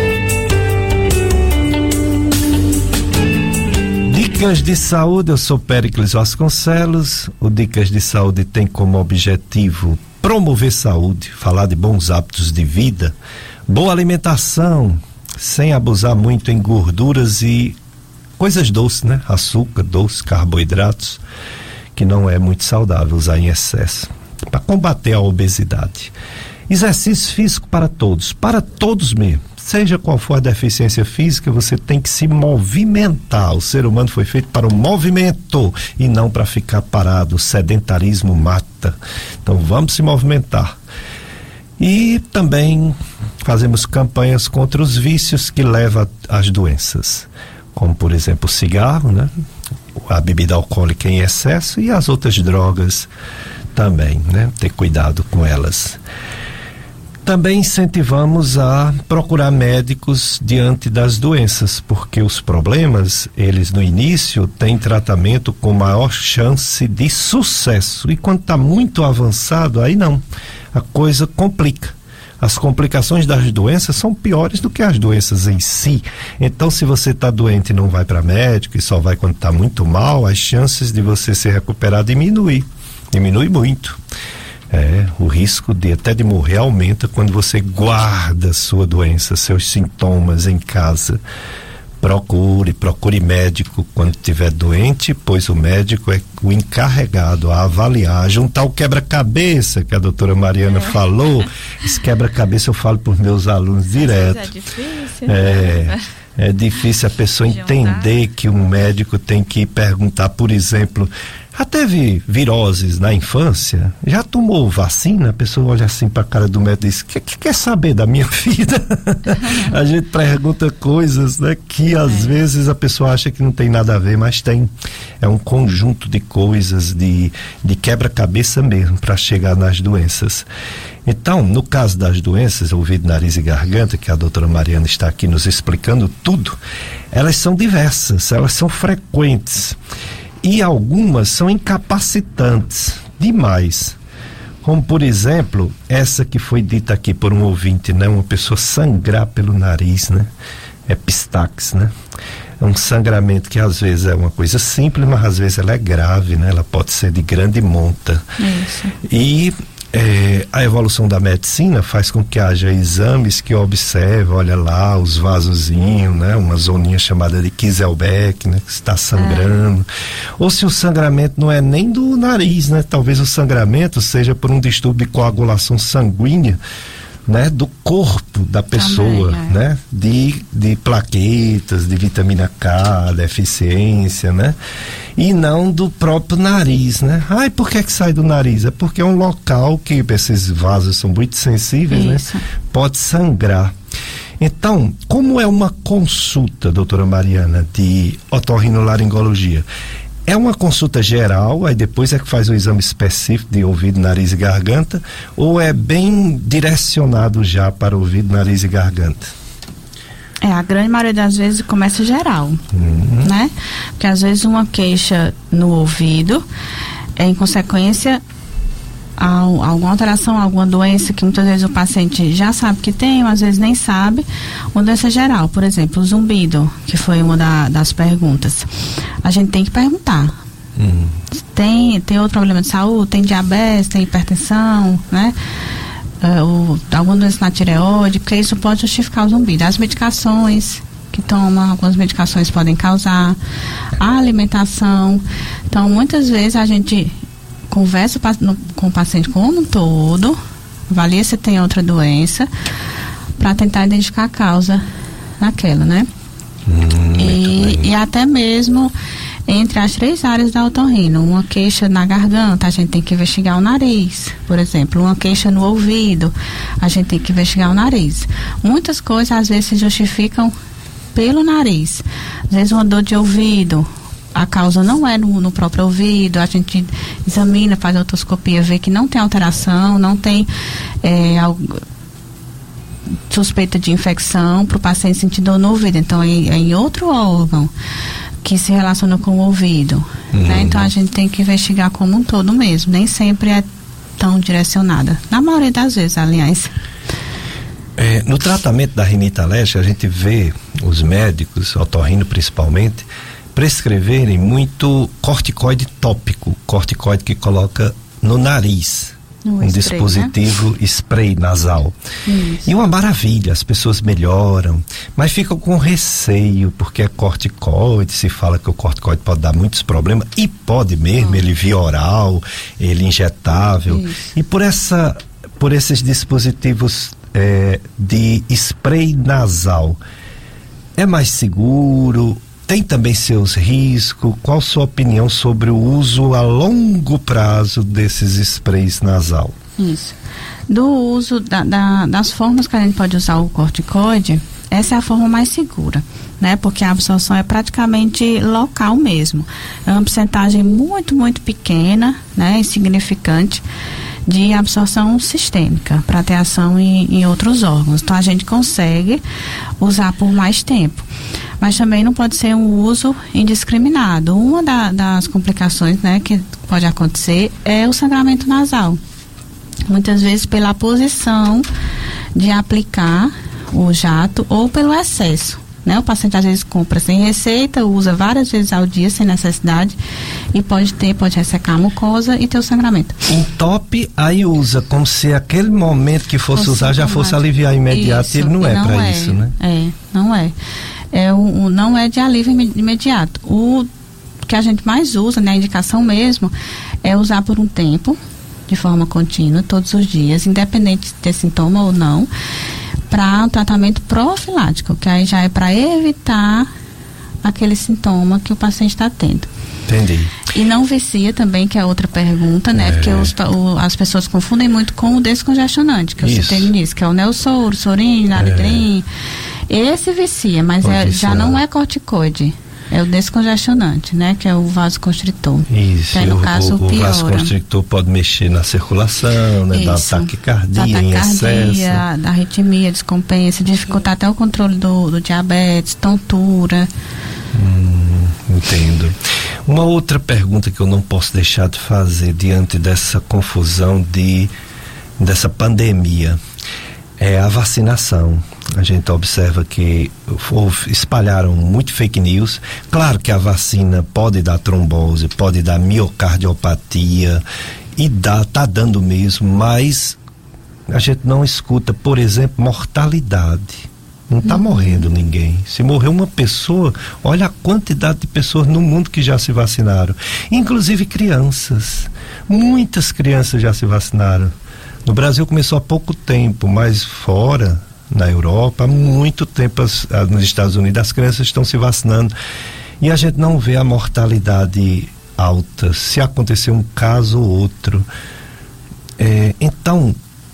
Dicas de Saúde, eu sou Péricles Vasconcelos. O Dicas de Saúde tem como objetivo promover saúde, falar de bons hábitos de vida, boa alimentação, sem abusar muito em gorduras e coisas doces, né? Açúcar, doce, carboidratos, que não é muito saudável usar em excesso, para combater a obesidade. Exercício físico para todos, para todos mesmo. Seja qual for a deficiência física, você tem que se movimentar. O ser humano foi feito para o movimento e não para ficar parado. O sedentarismo mata. Então vamos se movimentar. E também fazemos campanhas contra os vícios que levam às doenças, como por exemplo o cigarro, né? A bebida alcoólica em excesso e as outras drogas também, né? Ter cuidado com elas. Também incentivamos a procurar médicos diante das doenças, porque os problemas, eles no início têm tratamento com maior chance de sucesso, e quando está muito avançado, aí não, a coisa complica. As complicações das doenças são piores do que as doenças em si. Então, se você está doente e não vai para médico e só vai quando está muito mal, as chances de você se recuperar diminuem, diminui muito. É, o risco de até de morrer aumenta quando você guarda sua doença, seus sintomas em casa. Procure, procure médico quando estiver doente, pois o médico é o encarregado a avaliar, juntar o quebra-cabeça que a doutora Mariana é. falou. Esse quebra-cabeça eu falo para os meus alunos direto. É difícil. É, é difícil a pessoa entender que um médico tem que perguntar, por exemplo, já teve viroses na infância? Já tomou vacina? A pessoa olha assim para a cara do médico e diz, que, que quer saber da minha vida? A gente pergunta coisas, né, que às é. vezes a pessoa acha que não tem nada a ver, mas tem. É um conjunto de coisas, de, de quebra-cabeça mesmo para chegar nas doenças. Então, no caso das doenças, ouvido, nariz e garganta, que a doutora Mariana está aqui nos explicando tudo, elas são diversas, elas são frequentes. E algumas são incapacitantes demais, como por exemplo essa que foi dita aqui por um ouvinte, né? Uma pessoa sangrar pelo nariz, né? Epistaxe, né? É um sangramento que às vezes é uma coisa simples, mas às vezes ela é grave, né? Ela pode ser de grande monta. Isso. E É, a evolução da medicina faz com que haja exames que observam, olha lá, os vasozinhos, né? Uma zoninha chamada de Kieselbeck, né? Que está sangrando. É. Ou se o sangramento não é nem do nariz, né? Talvez o sangramento seja por um distúrbio de coagulação sanguínea né, do corpo da pessoa, Também, é. né, de, de plaquetas, de vitamina K, deficiência, né, e não do próprio nariz, né. Ai, por que que sai do nariz? É porque é um local que esses vasos são muito sensíveis, Isso. né, pode sangrar. Então, como é uma consulta, doutora Mariana, de otorrinolaringologia? É uma consulta geral, aí depois é que faz o exame específico de ouvido, nariz e garganta, ou é bem direcionado já para ouvido, nariz e garganta? É, a grande maioria das vezes começa geral, Uhum. né? Porque às vezes uma queixa no ouvido é em consequência a alguma alteração, alguma doença que muitas vezes o paciente já sabe que tem, ou às vezes nem sabe, uma doença geral, por exemplo, o zumbido, que foi uma da, das perguntas. A gente tem que perguntar. Uhum. Tem, tem outro problema de saúde, tem diabetes, tem hipertensão, né? Uh, o, alguma doença na tireoide, porque isso pode justificar o zumbido. As medicações que toma, algumas medicações podem causar, a alimentação. Então, muitas vezes a gente conversa no, com o paciente como um todo, avalia se tem outra doença, para tentar identificar a causa daquela, né? Hum, e, e até mesmo entre as três áreas da otorrino, uma queixa na garganta, a gente tem que investigar o nariz, por exemplo, uma queixa no ouvido, a gente tem que investigar o nariz. Muitas coisas às vezes se justificam pelo nariz. Às vezes uma dor de ouvido, a causa não é no, no próprio ouvido, a gente examina, faz a otoscopia, vê que não tem alteração, não tem é, algo, suspeita de infecção para o paciente sentir dor no ouvido. Então é, é em outro órgão que se relaciona com o ouvido, uhum. né? Então a gente tem que investigar como um todo mesmo, nem sempre é tão direcionada, na maioria das vezes, aliás. É, no tratamento da rinite alérgica, a gente vê os médicos, otorrino principalmente, prescreverem muito corticoide tópico, corticoide que coloca no nariz, no um spray, dispositivo, né? Spray nasal. Isso. E uma maravilha, as pessoas melhoram, mas ficam com receio, porque é corticoide, se fala que o corticoide pode dar muitos problemas, e pode mesmo, oh. ele via oral, ele injetável. Isso. E por essa, por esses dispositivos é, de spray nasal, é mais seguro? Tem também seus riscos? Qual a sua opinião sobre o uso a longo prazo desses sprays nasal? Isso. Do uso da, da, das formas que a gente pode usar o corticoide, essa é a forma mais segura, né? Porque a absorção é praticamente local mesmo. É uma porcentagem muito, muito pequena, né? Insignificante de absorção sistêmica para ter ação em, em outros órgãos. Então a gente consegue usar por mais tempo. Mas também não pode ser um uso indiscriminado. Uma da, das complicações, né, que pode acontecer é o sangramento nasal. Muitas vezes pela posição de aplicar o jato ou pelo excesso, né? O paciente às vezes compra sem receita, usa várias vezes ao dia sem necessidade e pode ter, pode ressecar a mucosa e ter o sangramento. Entope, aí usa como se aquele momento que fosse, fosse usar já fosse aliviar imediato, isso, ele não é para é, isso, né? É, não é. É o, o, não é de alívio imediato. O que a gente mais usa, né, a indicação mesmo, é usar por um tempo, de forma contínua, todos os dias, independente de ter sintoma ou não, para um tratamento profilático, que aí já é para evitar aquele sintoma que o paciente está tendo. Entendi. E não vicia também, que é outra pergunta, né? É. Porque os, o, as pessoas confundem muito com o descongestionante, que eu Isso. citei no início, que é o Neosoro, Sorin, Naridrim. É. Esse vicia, mas é, já não é corticoide. É o descongestionante, né? Que é o vasoconstritor. Isso. Que aí, no o, caso, o, o vasoconstritor pode mexer na circulação, né? Dar taquicardia, em excesso. Da arritmia, descompensa, dificultar até o controle do, do diabetes, tontura. Hum, entendo. Uma outra pergunta que eu não posso deixar de fazer diante dessa confusão de, dessa pandemia é a vacinação. A gente observa que houve, espalharam muito fake news. Claro que a vacina pode dar trombose, pode dar miocardiopatia e dá, tá dando mesmo, mas a gente não escuta, por exemplo, mortalidade. Não está uhum. morrendo ninguém. Se morreu uma pessoa, olha a quantidade de pessoas no mundo que já se vacinaram. Inclusive crianças. Muitas crianças já se vacinaram. No Brasil começou há pouco tempo, mas fora, na Europa, há muito tempo, as, nos Estados Unidos, as crianças estão se vacinando e a gente não vê a mortalidade alta, se acontecer um caso ou outro. É, então,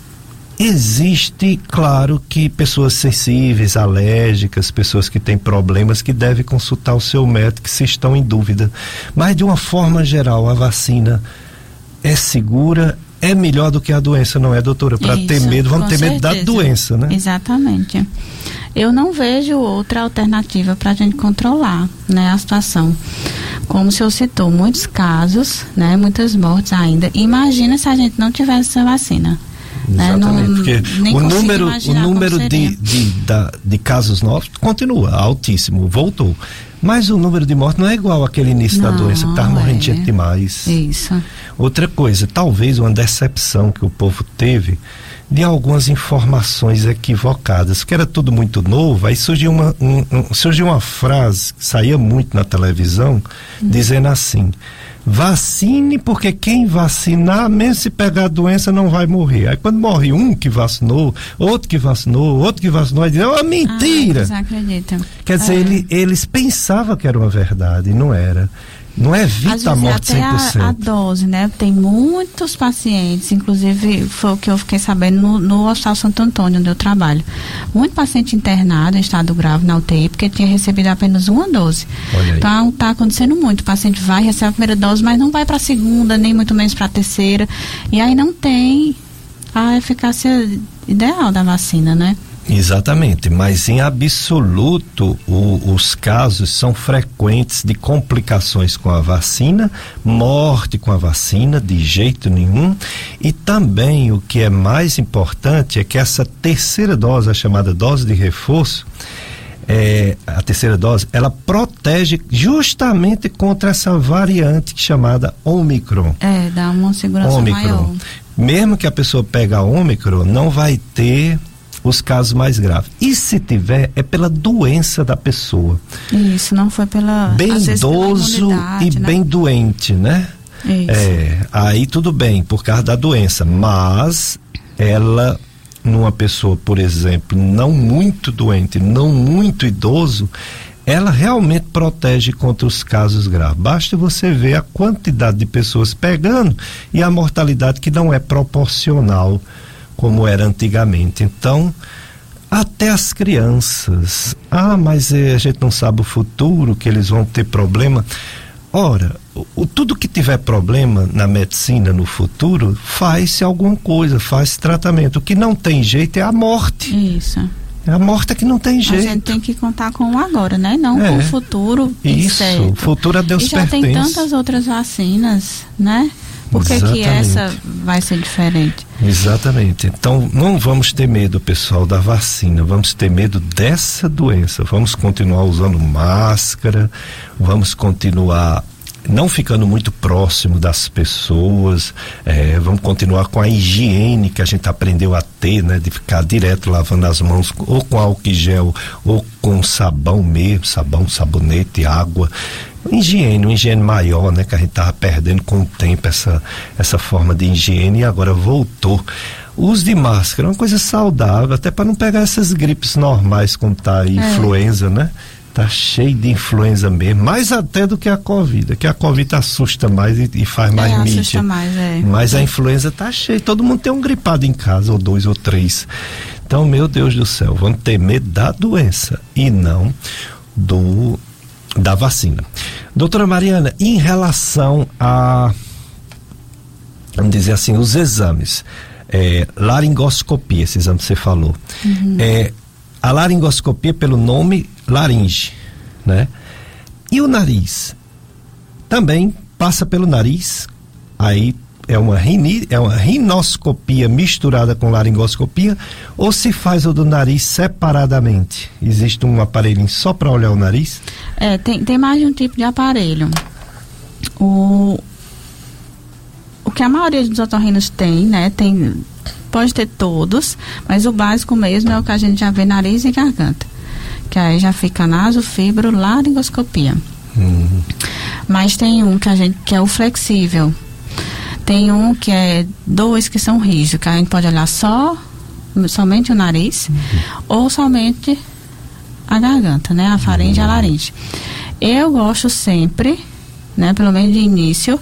existe, claro, que pessoas sensíveis, alérgicas, pessoas que têm problemas, que devem consultar o seu médico se estão em dúvida. Mas, de uma forma geral, a vacina é segura, é melhor do que a doença, não é, doutora? Para ter medo, vamos ter medo da doença, né? Exatamente. Eu não vejo outra alternativa para a gente controlar, né, a situação. Como o senhor citou, muitos casos, né, muitas mortes ainda. Imagina se a gente não tivesse essa vacina. Exatamente, né? porque o número, o número de, de, da, de casos novos continua altíssimo, voltou. Mas o número de mortes não é igual àquele início não, da doença, que estava morrendo gente é. demais. Isso. Outra coisa, talvez uma decepção que o povo teve de algumas informações equivocadas, porque era tudo muito novo, aí surgiu uma, um, um, surgiu uma frase que saía muito na televisão, hum. dizendo assim: vacine, porque quem vacinar, mesmo se pegar a doença, não vai morrer. Aí quando morre um que vacinou, outro que vacinou, outro que vacinou, aí diz, é uma mentira. Ah, desacreditam. Quer dizer, é. ele, eles pensavam que era uma verdade, e não era. Não evita a morte cem por cento. A, a dose, né? Tem muitos pacientes, inclusive foi o que eu fiquei sabendo no, no Hospital Santo Antônio, onde eu trabalho. Muito paciente internado em estado grave na U T I, porque tinha recebido apenas uma dose. Então está acontecendo muito. O paciente vai, recebe a primeira dose, mas não vai para a segunda, nem muito menos para a terceira. E aí não tem a eficácia ideal da vacina, né? Exatamente, mas em absoluto o, os casos são frequentes de complicações com a vacina, morte com a vacina de jeito nenhum, e também o que é mais importante é que essa terceira dose, a chamada dose de reforço, é, a terceira dose, ela protege justamente contra essa variante chamada Ômicron. É, dá uma segurança Ômicron. maior. Mesmo que a pessoa pegue a Ômicron, não vai ter os casos mais graves. E se tiver, é pela doença da pessoa. Isso, não foi pela... Bem idoso e né? bem doente, né? Isso. É, aí tudo bem, por causa da doença. Mas ela, numa pessoa, por exemplo, não muito doente, não muito idoso, ela realmente protege contra os casos graves. Basta você ver a quantidade de pessoas pegando e a mortalidade que não é proporcional como era antigamente. Então, até as crianças, ah, mas eh, a gente não sabe o futuro, que eles vão ter problema. Ora, o, o, tudo que tiver problema na medicina no futuro, faz-se alguma coisa, faz tratamento. O que não tem jeito é a morte. Isso. É a morte é que não tem jeito. A gente tem que contar com o agora, né? Não é. com o futuro. Isso, certo. O futuro a Deus e já pertence. tem tantas outras vacinas, né? Por que que essa vai ser diferente? Exatamente. Então, não vamos ter medo, pessoal, da vacina. Vamos ter medo dessa doença. Vamos continuar usando máscara. Vamos continuar não ficando muito próximo das pessoas. É, vamos continuar com a higiene que a gente aprendeu a ter, né? De ficar direto lavando as mãos, ou com álcool em gel, ou com sabão mesmo, sabão, sabonete, água. Higiene, uma higiene maior, né? Que a gente tava perdendo com o tempo essa, essa forma de higiene, e agora voltou. O uso de máscara é uma coisa saudável, até para não pegar essas gripes normais, como tá a influenza, é. né? Tá cheio de influenza mesmo, mais até do que a Covid, que a Covid assusta mais e, e faz mais é, mídia. Assusta mais, é. Mas a influenza tá cheia, todo mundo tem um gripado em casa, ou dois ou três. Então, meu Deus do céu, vamos ter medo da doença e não do da vacina. Doutora Mariana, em relação a, vamos dizer assim, os exames, é, laringoscopia, esse exame que você falou, uhum. é, a laringoscopia pelo nome laringe, né? E o nariz também passa pelo nariz, aí é uma, rini, é uma rinoscopia misturada com laringoscopia, ou se faz o do nariz separadamente? Existe um aparelhinho só para olhar o nariz? É, tem, tem mais de um tipo de aparelho. O, o que a maioria dos otorrinos tem, né? Tem, pode ter todos, mas o básico mesmo é o que a gente já vê nariz e garganta. Que aí já fica nasofibro, laringoscopia. Uhum. Mas tem um que a gente que é o flexível. Tem um que é dois que são rígidos, que a gente pode olhar só, somente o nariz, uhum. ou somente a garganta, né? A faringe uhum. e a laringe. Eu gosto sempre, né? Pelo menos de início,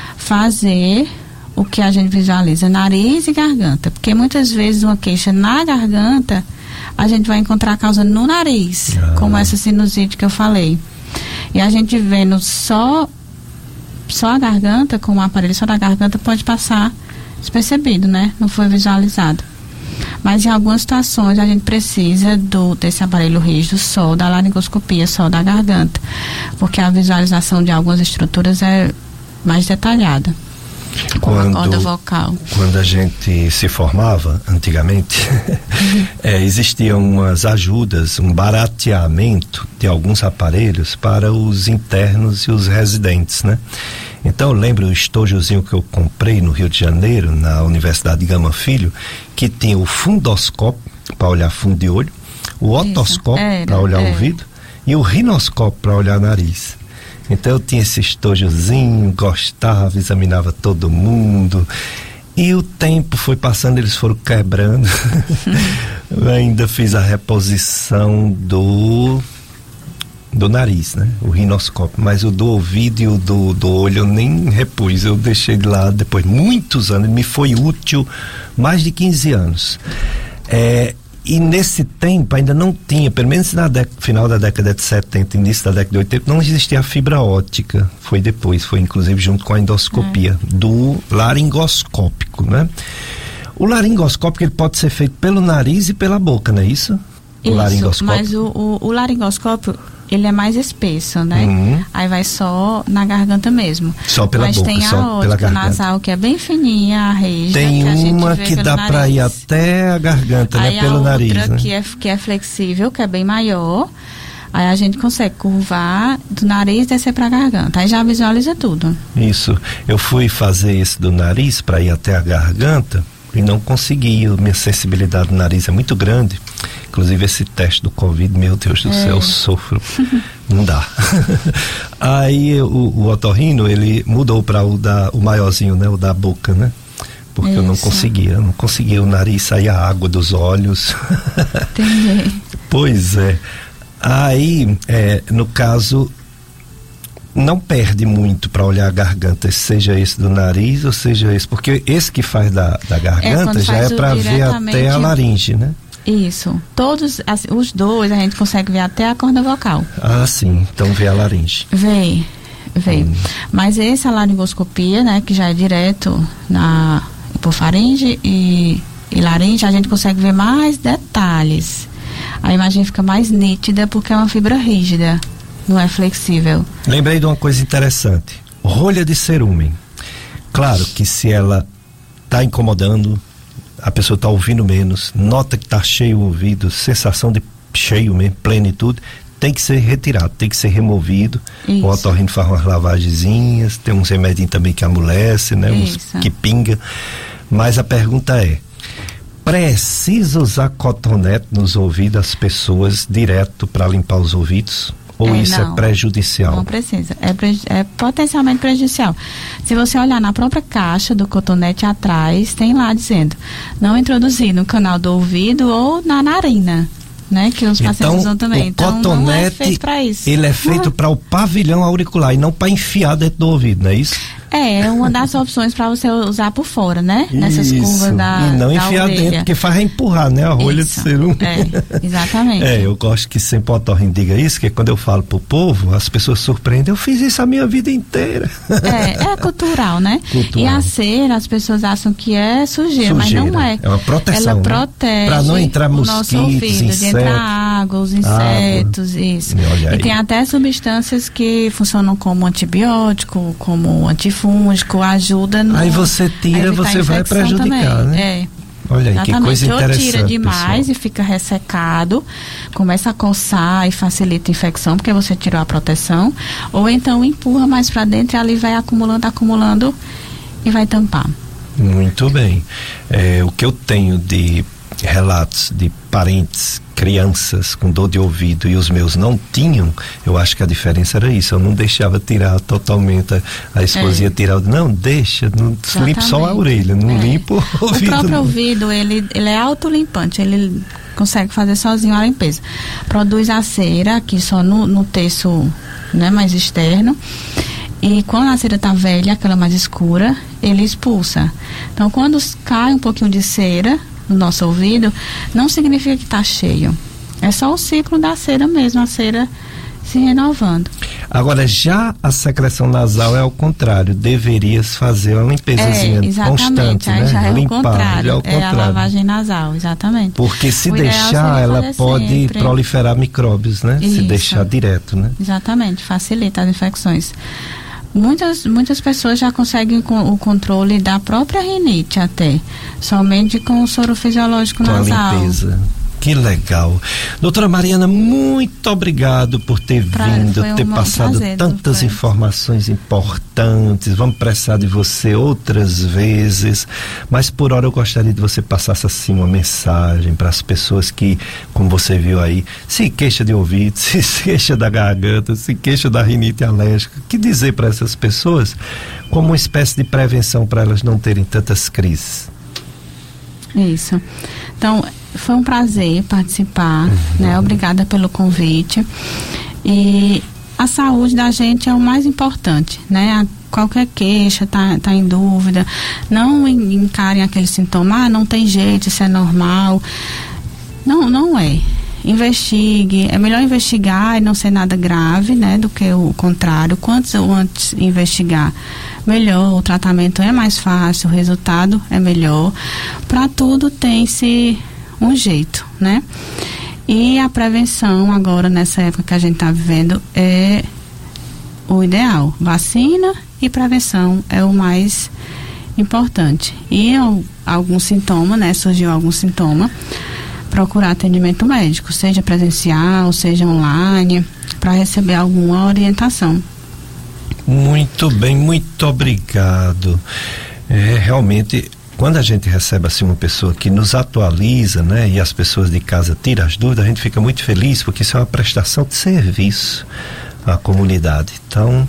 fazer o que a gente visualiza, nariz e garganta. Porque muitas vezes uma queixa na garganta, a gente vai encontrar a causa no nariz, ah. como essa sinusite que eu falei. E a gente vendo só só a garganta, com o aparelho só da garganta, pode passar despercebido, né? Não foi visualizado. Mas em algumas situações a gente precisa do, desse aparelho rígido só, da laringoscopia só da garganta, porque a visualização de algumas estruturas é mais detalhada. Com quando, a corda vocal. Quando a gente se formava, antigamente, uhum. é, existiam umas ajudas, um barateamento de alguns aparelhos para os internos e os residentes, né? Então eu lembro o estojozinho que eu comprei no Rio de Janeiro, na Universidade Gama Filho, que tinha o fundoscópio para olhar fundo de olho, o otoscópio para olhar é. ouvido e o rinoscópio para olhar nariz. Então eu tinha esse estojozinho, gostava, examinava todo mundo. E o tempo foi passando, eles foram quebrando. Eu ainda fiz a reposição do do nariz, né? O rinoscópio. Mas o do ouvido e o do, do olho eu nem repus. Eu deixei de lado depois de muitos anos. Me foi útil mais de quinze anos. É... E nesse tempo ainda não tinha, pelo menos no final da década de setenta, início da década de oitenta, não existia a fibra óptica. Foi depois, foi inclusive junto com a endoscopia, é. do laringoscópico, né? O laringoscópico ele pode ser feito pelo nariz e pela boca, não é isso? Isso, o laringoscópio. Mas o, o, o laringoscópio, ele é mais espesso, né? Uhum. Aí vai só na garganta mesmo. Só pela mas boca, tem a só ótica pela garganta. nasal, que é bem fininha, a rígida. Tem que a gente uma vê que dá nariz. pra ir até a garganta, aí né? Pelo a nariz, outra né? que é, que é flexível, que é bem maior. Aí a gente consegue curvar do nariz e descer pra garganta. Aí já visualiza tudo. Isso. Eu fui fazer esse do nariz pra ir até a garganta e não consegui. Minha sensibilidade do nariz é muito grande. Inclusive esse teste do Covid, meu Deus do é. céu, eu sofro. Não dá. Aí o, o otorrino, ele mudou para o da o maiorzinho, né? O da boca, né? Porque Isso. eu não conseguia, eu não conseguia. O nariz saía água dos olhos. Entendi. Pois é. Aí, é, no caso, não perde muito para olhar a garganta, seja esse do nariz ou seja esse, porque esse que faz da, da garganta é, já é para ver até a laringe, né? Isso. Todos, assim, os dois, a gente consegue ver até a corda vocal. Ah, sim. Então vê a laringe. Vê, vê. Hum. Mas essa a laringoscopia, né, que já é direto na hipofaringe e, e laringe, a gente consegue ver mais detalhes. A imagem fica mais nítida porque é uma fibra rígida, não é flexível. Lembrei de uma coisa interessante. Rolha de cerumen. Claro que se ela está incomodando, a pessoa está ouvindo menos, nota que está cheio o ouvido, sensação de cheio mesmo, plenitude, tem que ser retirado, tem que ser removido. Isso. O otorrino faz umas lavagenzinhas, tem uns remédios também que amolece, né? Uns que pinga. Mas a pergunta é, precisa usar cotonete nos ouvidos das pessoas direto para limpar os ouvidos? Ou é, isso não, é prejudicial? Não precisa, é, pre, é potencialmente prejudicial. Se você olhar na própria caixa do cotonete atrás, tem lá dizendo, não introduzir no canal do ouvido ou na narina, né? Que os pacientes então, usam também. O então cotonete, não é feito para isso. Ele é feito para o pavilhão auricular e não para enfiar dentro do ouvido, não é isso? É, é uma das opções para você usar por fora, né? Nessas isso. curvas da E não da enfiar orelha. dentro, porque faz empurrar, né? A rolha isso. de cerume. É, exatamente. É, eu gosto que sempre o otorrino diga isso, que quando eu falo pro povo, as pessoas surpreendem, eu fiz isso a minha vida inteira. É, é cultural, né? Cultural. E a cera, as pessoas acham que é sujeira, sujeira, mas não é. É uma proteção. Ela né? protege para não entrar mosquitos, o nosso ouvido, insetos, de entrar água, os insetos, água. Isso. E tem até substâncias que funcionam como antibiótico, como antifúngico, ajuda no... Aí você tira, você vai prejudicar, também. né? É. Olha aí, exatamente. que coisa interessante. Ou tira demais pessoal. E fica ressecado, começa a coçar e facilita a infecção, porque você tirou a proteção, ou então empurra mais para dentro e ali vai acumulando, acumulando e vai tampar. Muito bem. É, o que eu tenho de relatos de parentes, crianças com dor de ouvido e os meus não tinham, eu acho que a diferença era isso. Eu não deixava tirar totalmente, a, a esposa é. ia tirar, não, deixa, não, limpa só a orelha, não é. limpa o ouvido. O próprio não. ouvido, ele, ele é autolimpante, ele consegue fazer sozinho a limpeza. Produz a cera aqui só no, no terço, né, mais externo. E quando a cera está velha, aquela mais escura, ele expulsa. Então, quando cai um pouquinho de cera no nosso ouvido, não significa que está cheio. É só o ciclo da cera mesmo, a cera se renovando. Agora, já a secreção nasal é ao contrário, deverias fazer uma limpezazinha é, constante, aí né? já é Limpar, o contrário, já é o é contrário. a lavagem nasal, exatamente. Porque se o deixar, ela pode sempre. proliferar micróbios, né? Isso. Se deixar direto, né? Exatamente, facilita as infecções. Muitas, muitas pessoas já conseguem com, o controle da própria rinite até, somente com o soro fisiológico com nasal. A limpeza. Que legal. Doutora Mariana, muito obrigado por ter pra, vindo, ter um passado prazer, tantas foi. informações importantes. Vamos precisar de você outras vezes. Mas por hora eu gostaria de você passasse assim uma mensagem para as pessoas que, como você viu aí, se queixa de ouvido, se queixa da garganta, se queixa da rinite alérgica. O que dizer para essas pessoas como uma espécie de prevenção para elas não terem tantas crises? Isso. Então, foi um prazer participar, uhum. né? Obrigada pelo convite. E a saúde da gente é o mais importante, né? A qualquer queixa, tá, tá em dúvida, não encarem aquele sintoma, ah, não tem jeito, isso é normal. Não, não é. Investigue, é melhor investigar e não ser nada grave, né? Do que o contrário. Quanto antes investigar, melhor, o tratamento é mais fácil, o resultado é melhor. Para tudo tem-se um jeito, né? E a prevenção agora, nessa época que a gente está vivendo, é o ideal. Vacina e prevenção é o mais importante. E algum sintoma, né? Surgiu algum sintoma, procurar atendimento médico, seja presencial, seja online, para receber alguma orientação. Muito bem, muito obrigado. É, realmente, quando a gente recebe assim uma pessoa que nos atualiza, né, e as pessoas de casa tiram as dúvidas, a gente fica muito feliz, porque isso é uma prestação de serviço à comunidade. Então,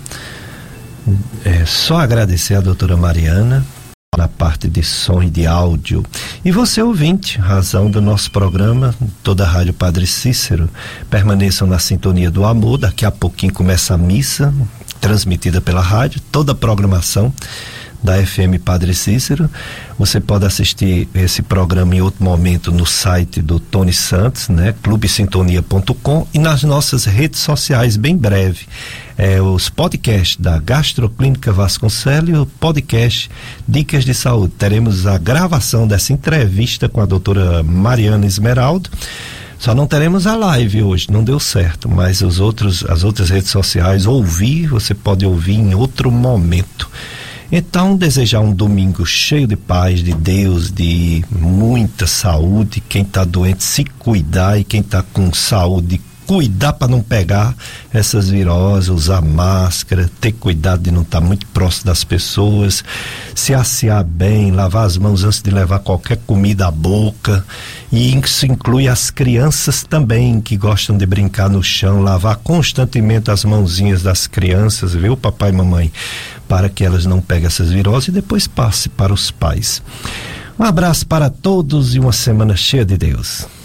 é só agradecer a doutora Mariana na parte de som e de áudio. E você, ouvinte, razão do nosso programa, toda a Rádio Padre Cícero, permaneçam na sintonia do amor. Daqui a pouquinho começa a missa, transmitida pela rádio, toda a programação da F M Padre Cícero. Você pode assistir esse programa em outro momento no site do Tony Santos, né? clube sintonia ponto com, e nas nossas redes sociais, bem breve. É, os podcasts da Gastroclínica Vasconcelos e o podcast Dicas de Saúde. Teremos a gravação dessa entrevista com a doutora Mariana Esmeraldo. Só não teremos a live hoje, não deu certo, mas os outros, as outras redes sociais, ouvir, você pode ouvir em outro momento. Então, desejar um domingo cheio de paz, de Deus, de muita saúde. Quem está doente, se cuidar, e quem está com saúde, cuidar para não pegar essas viroses, usar máscara, ter cuidado de não estar tá muito próximo das pessoas, se assear bem, lavar as mãos antes de levar qualquer comida à boca. E isso inclui as crianças também, que gostam de brincar no chão, lavar constantemente as mãozinhas das crianças, viu, papai e mamãe, para que elas não peguem essas viroses e depois passe para os pais. Um abraço para todos e uma semana cheia de Deus.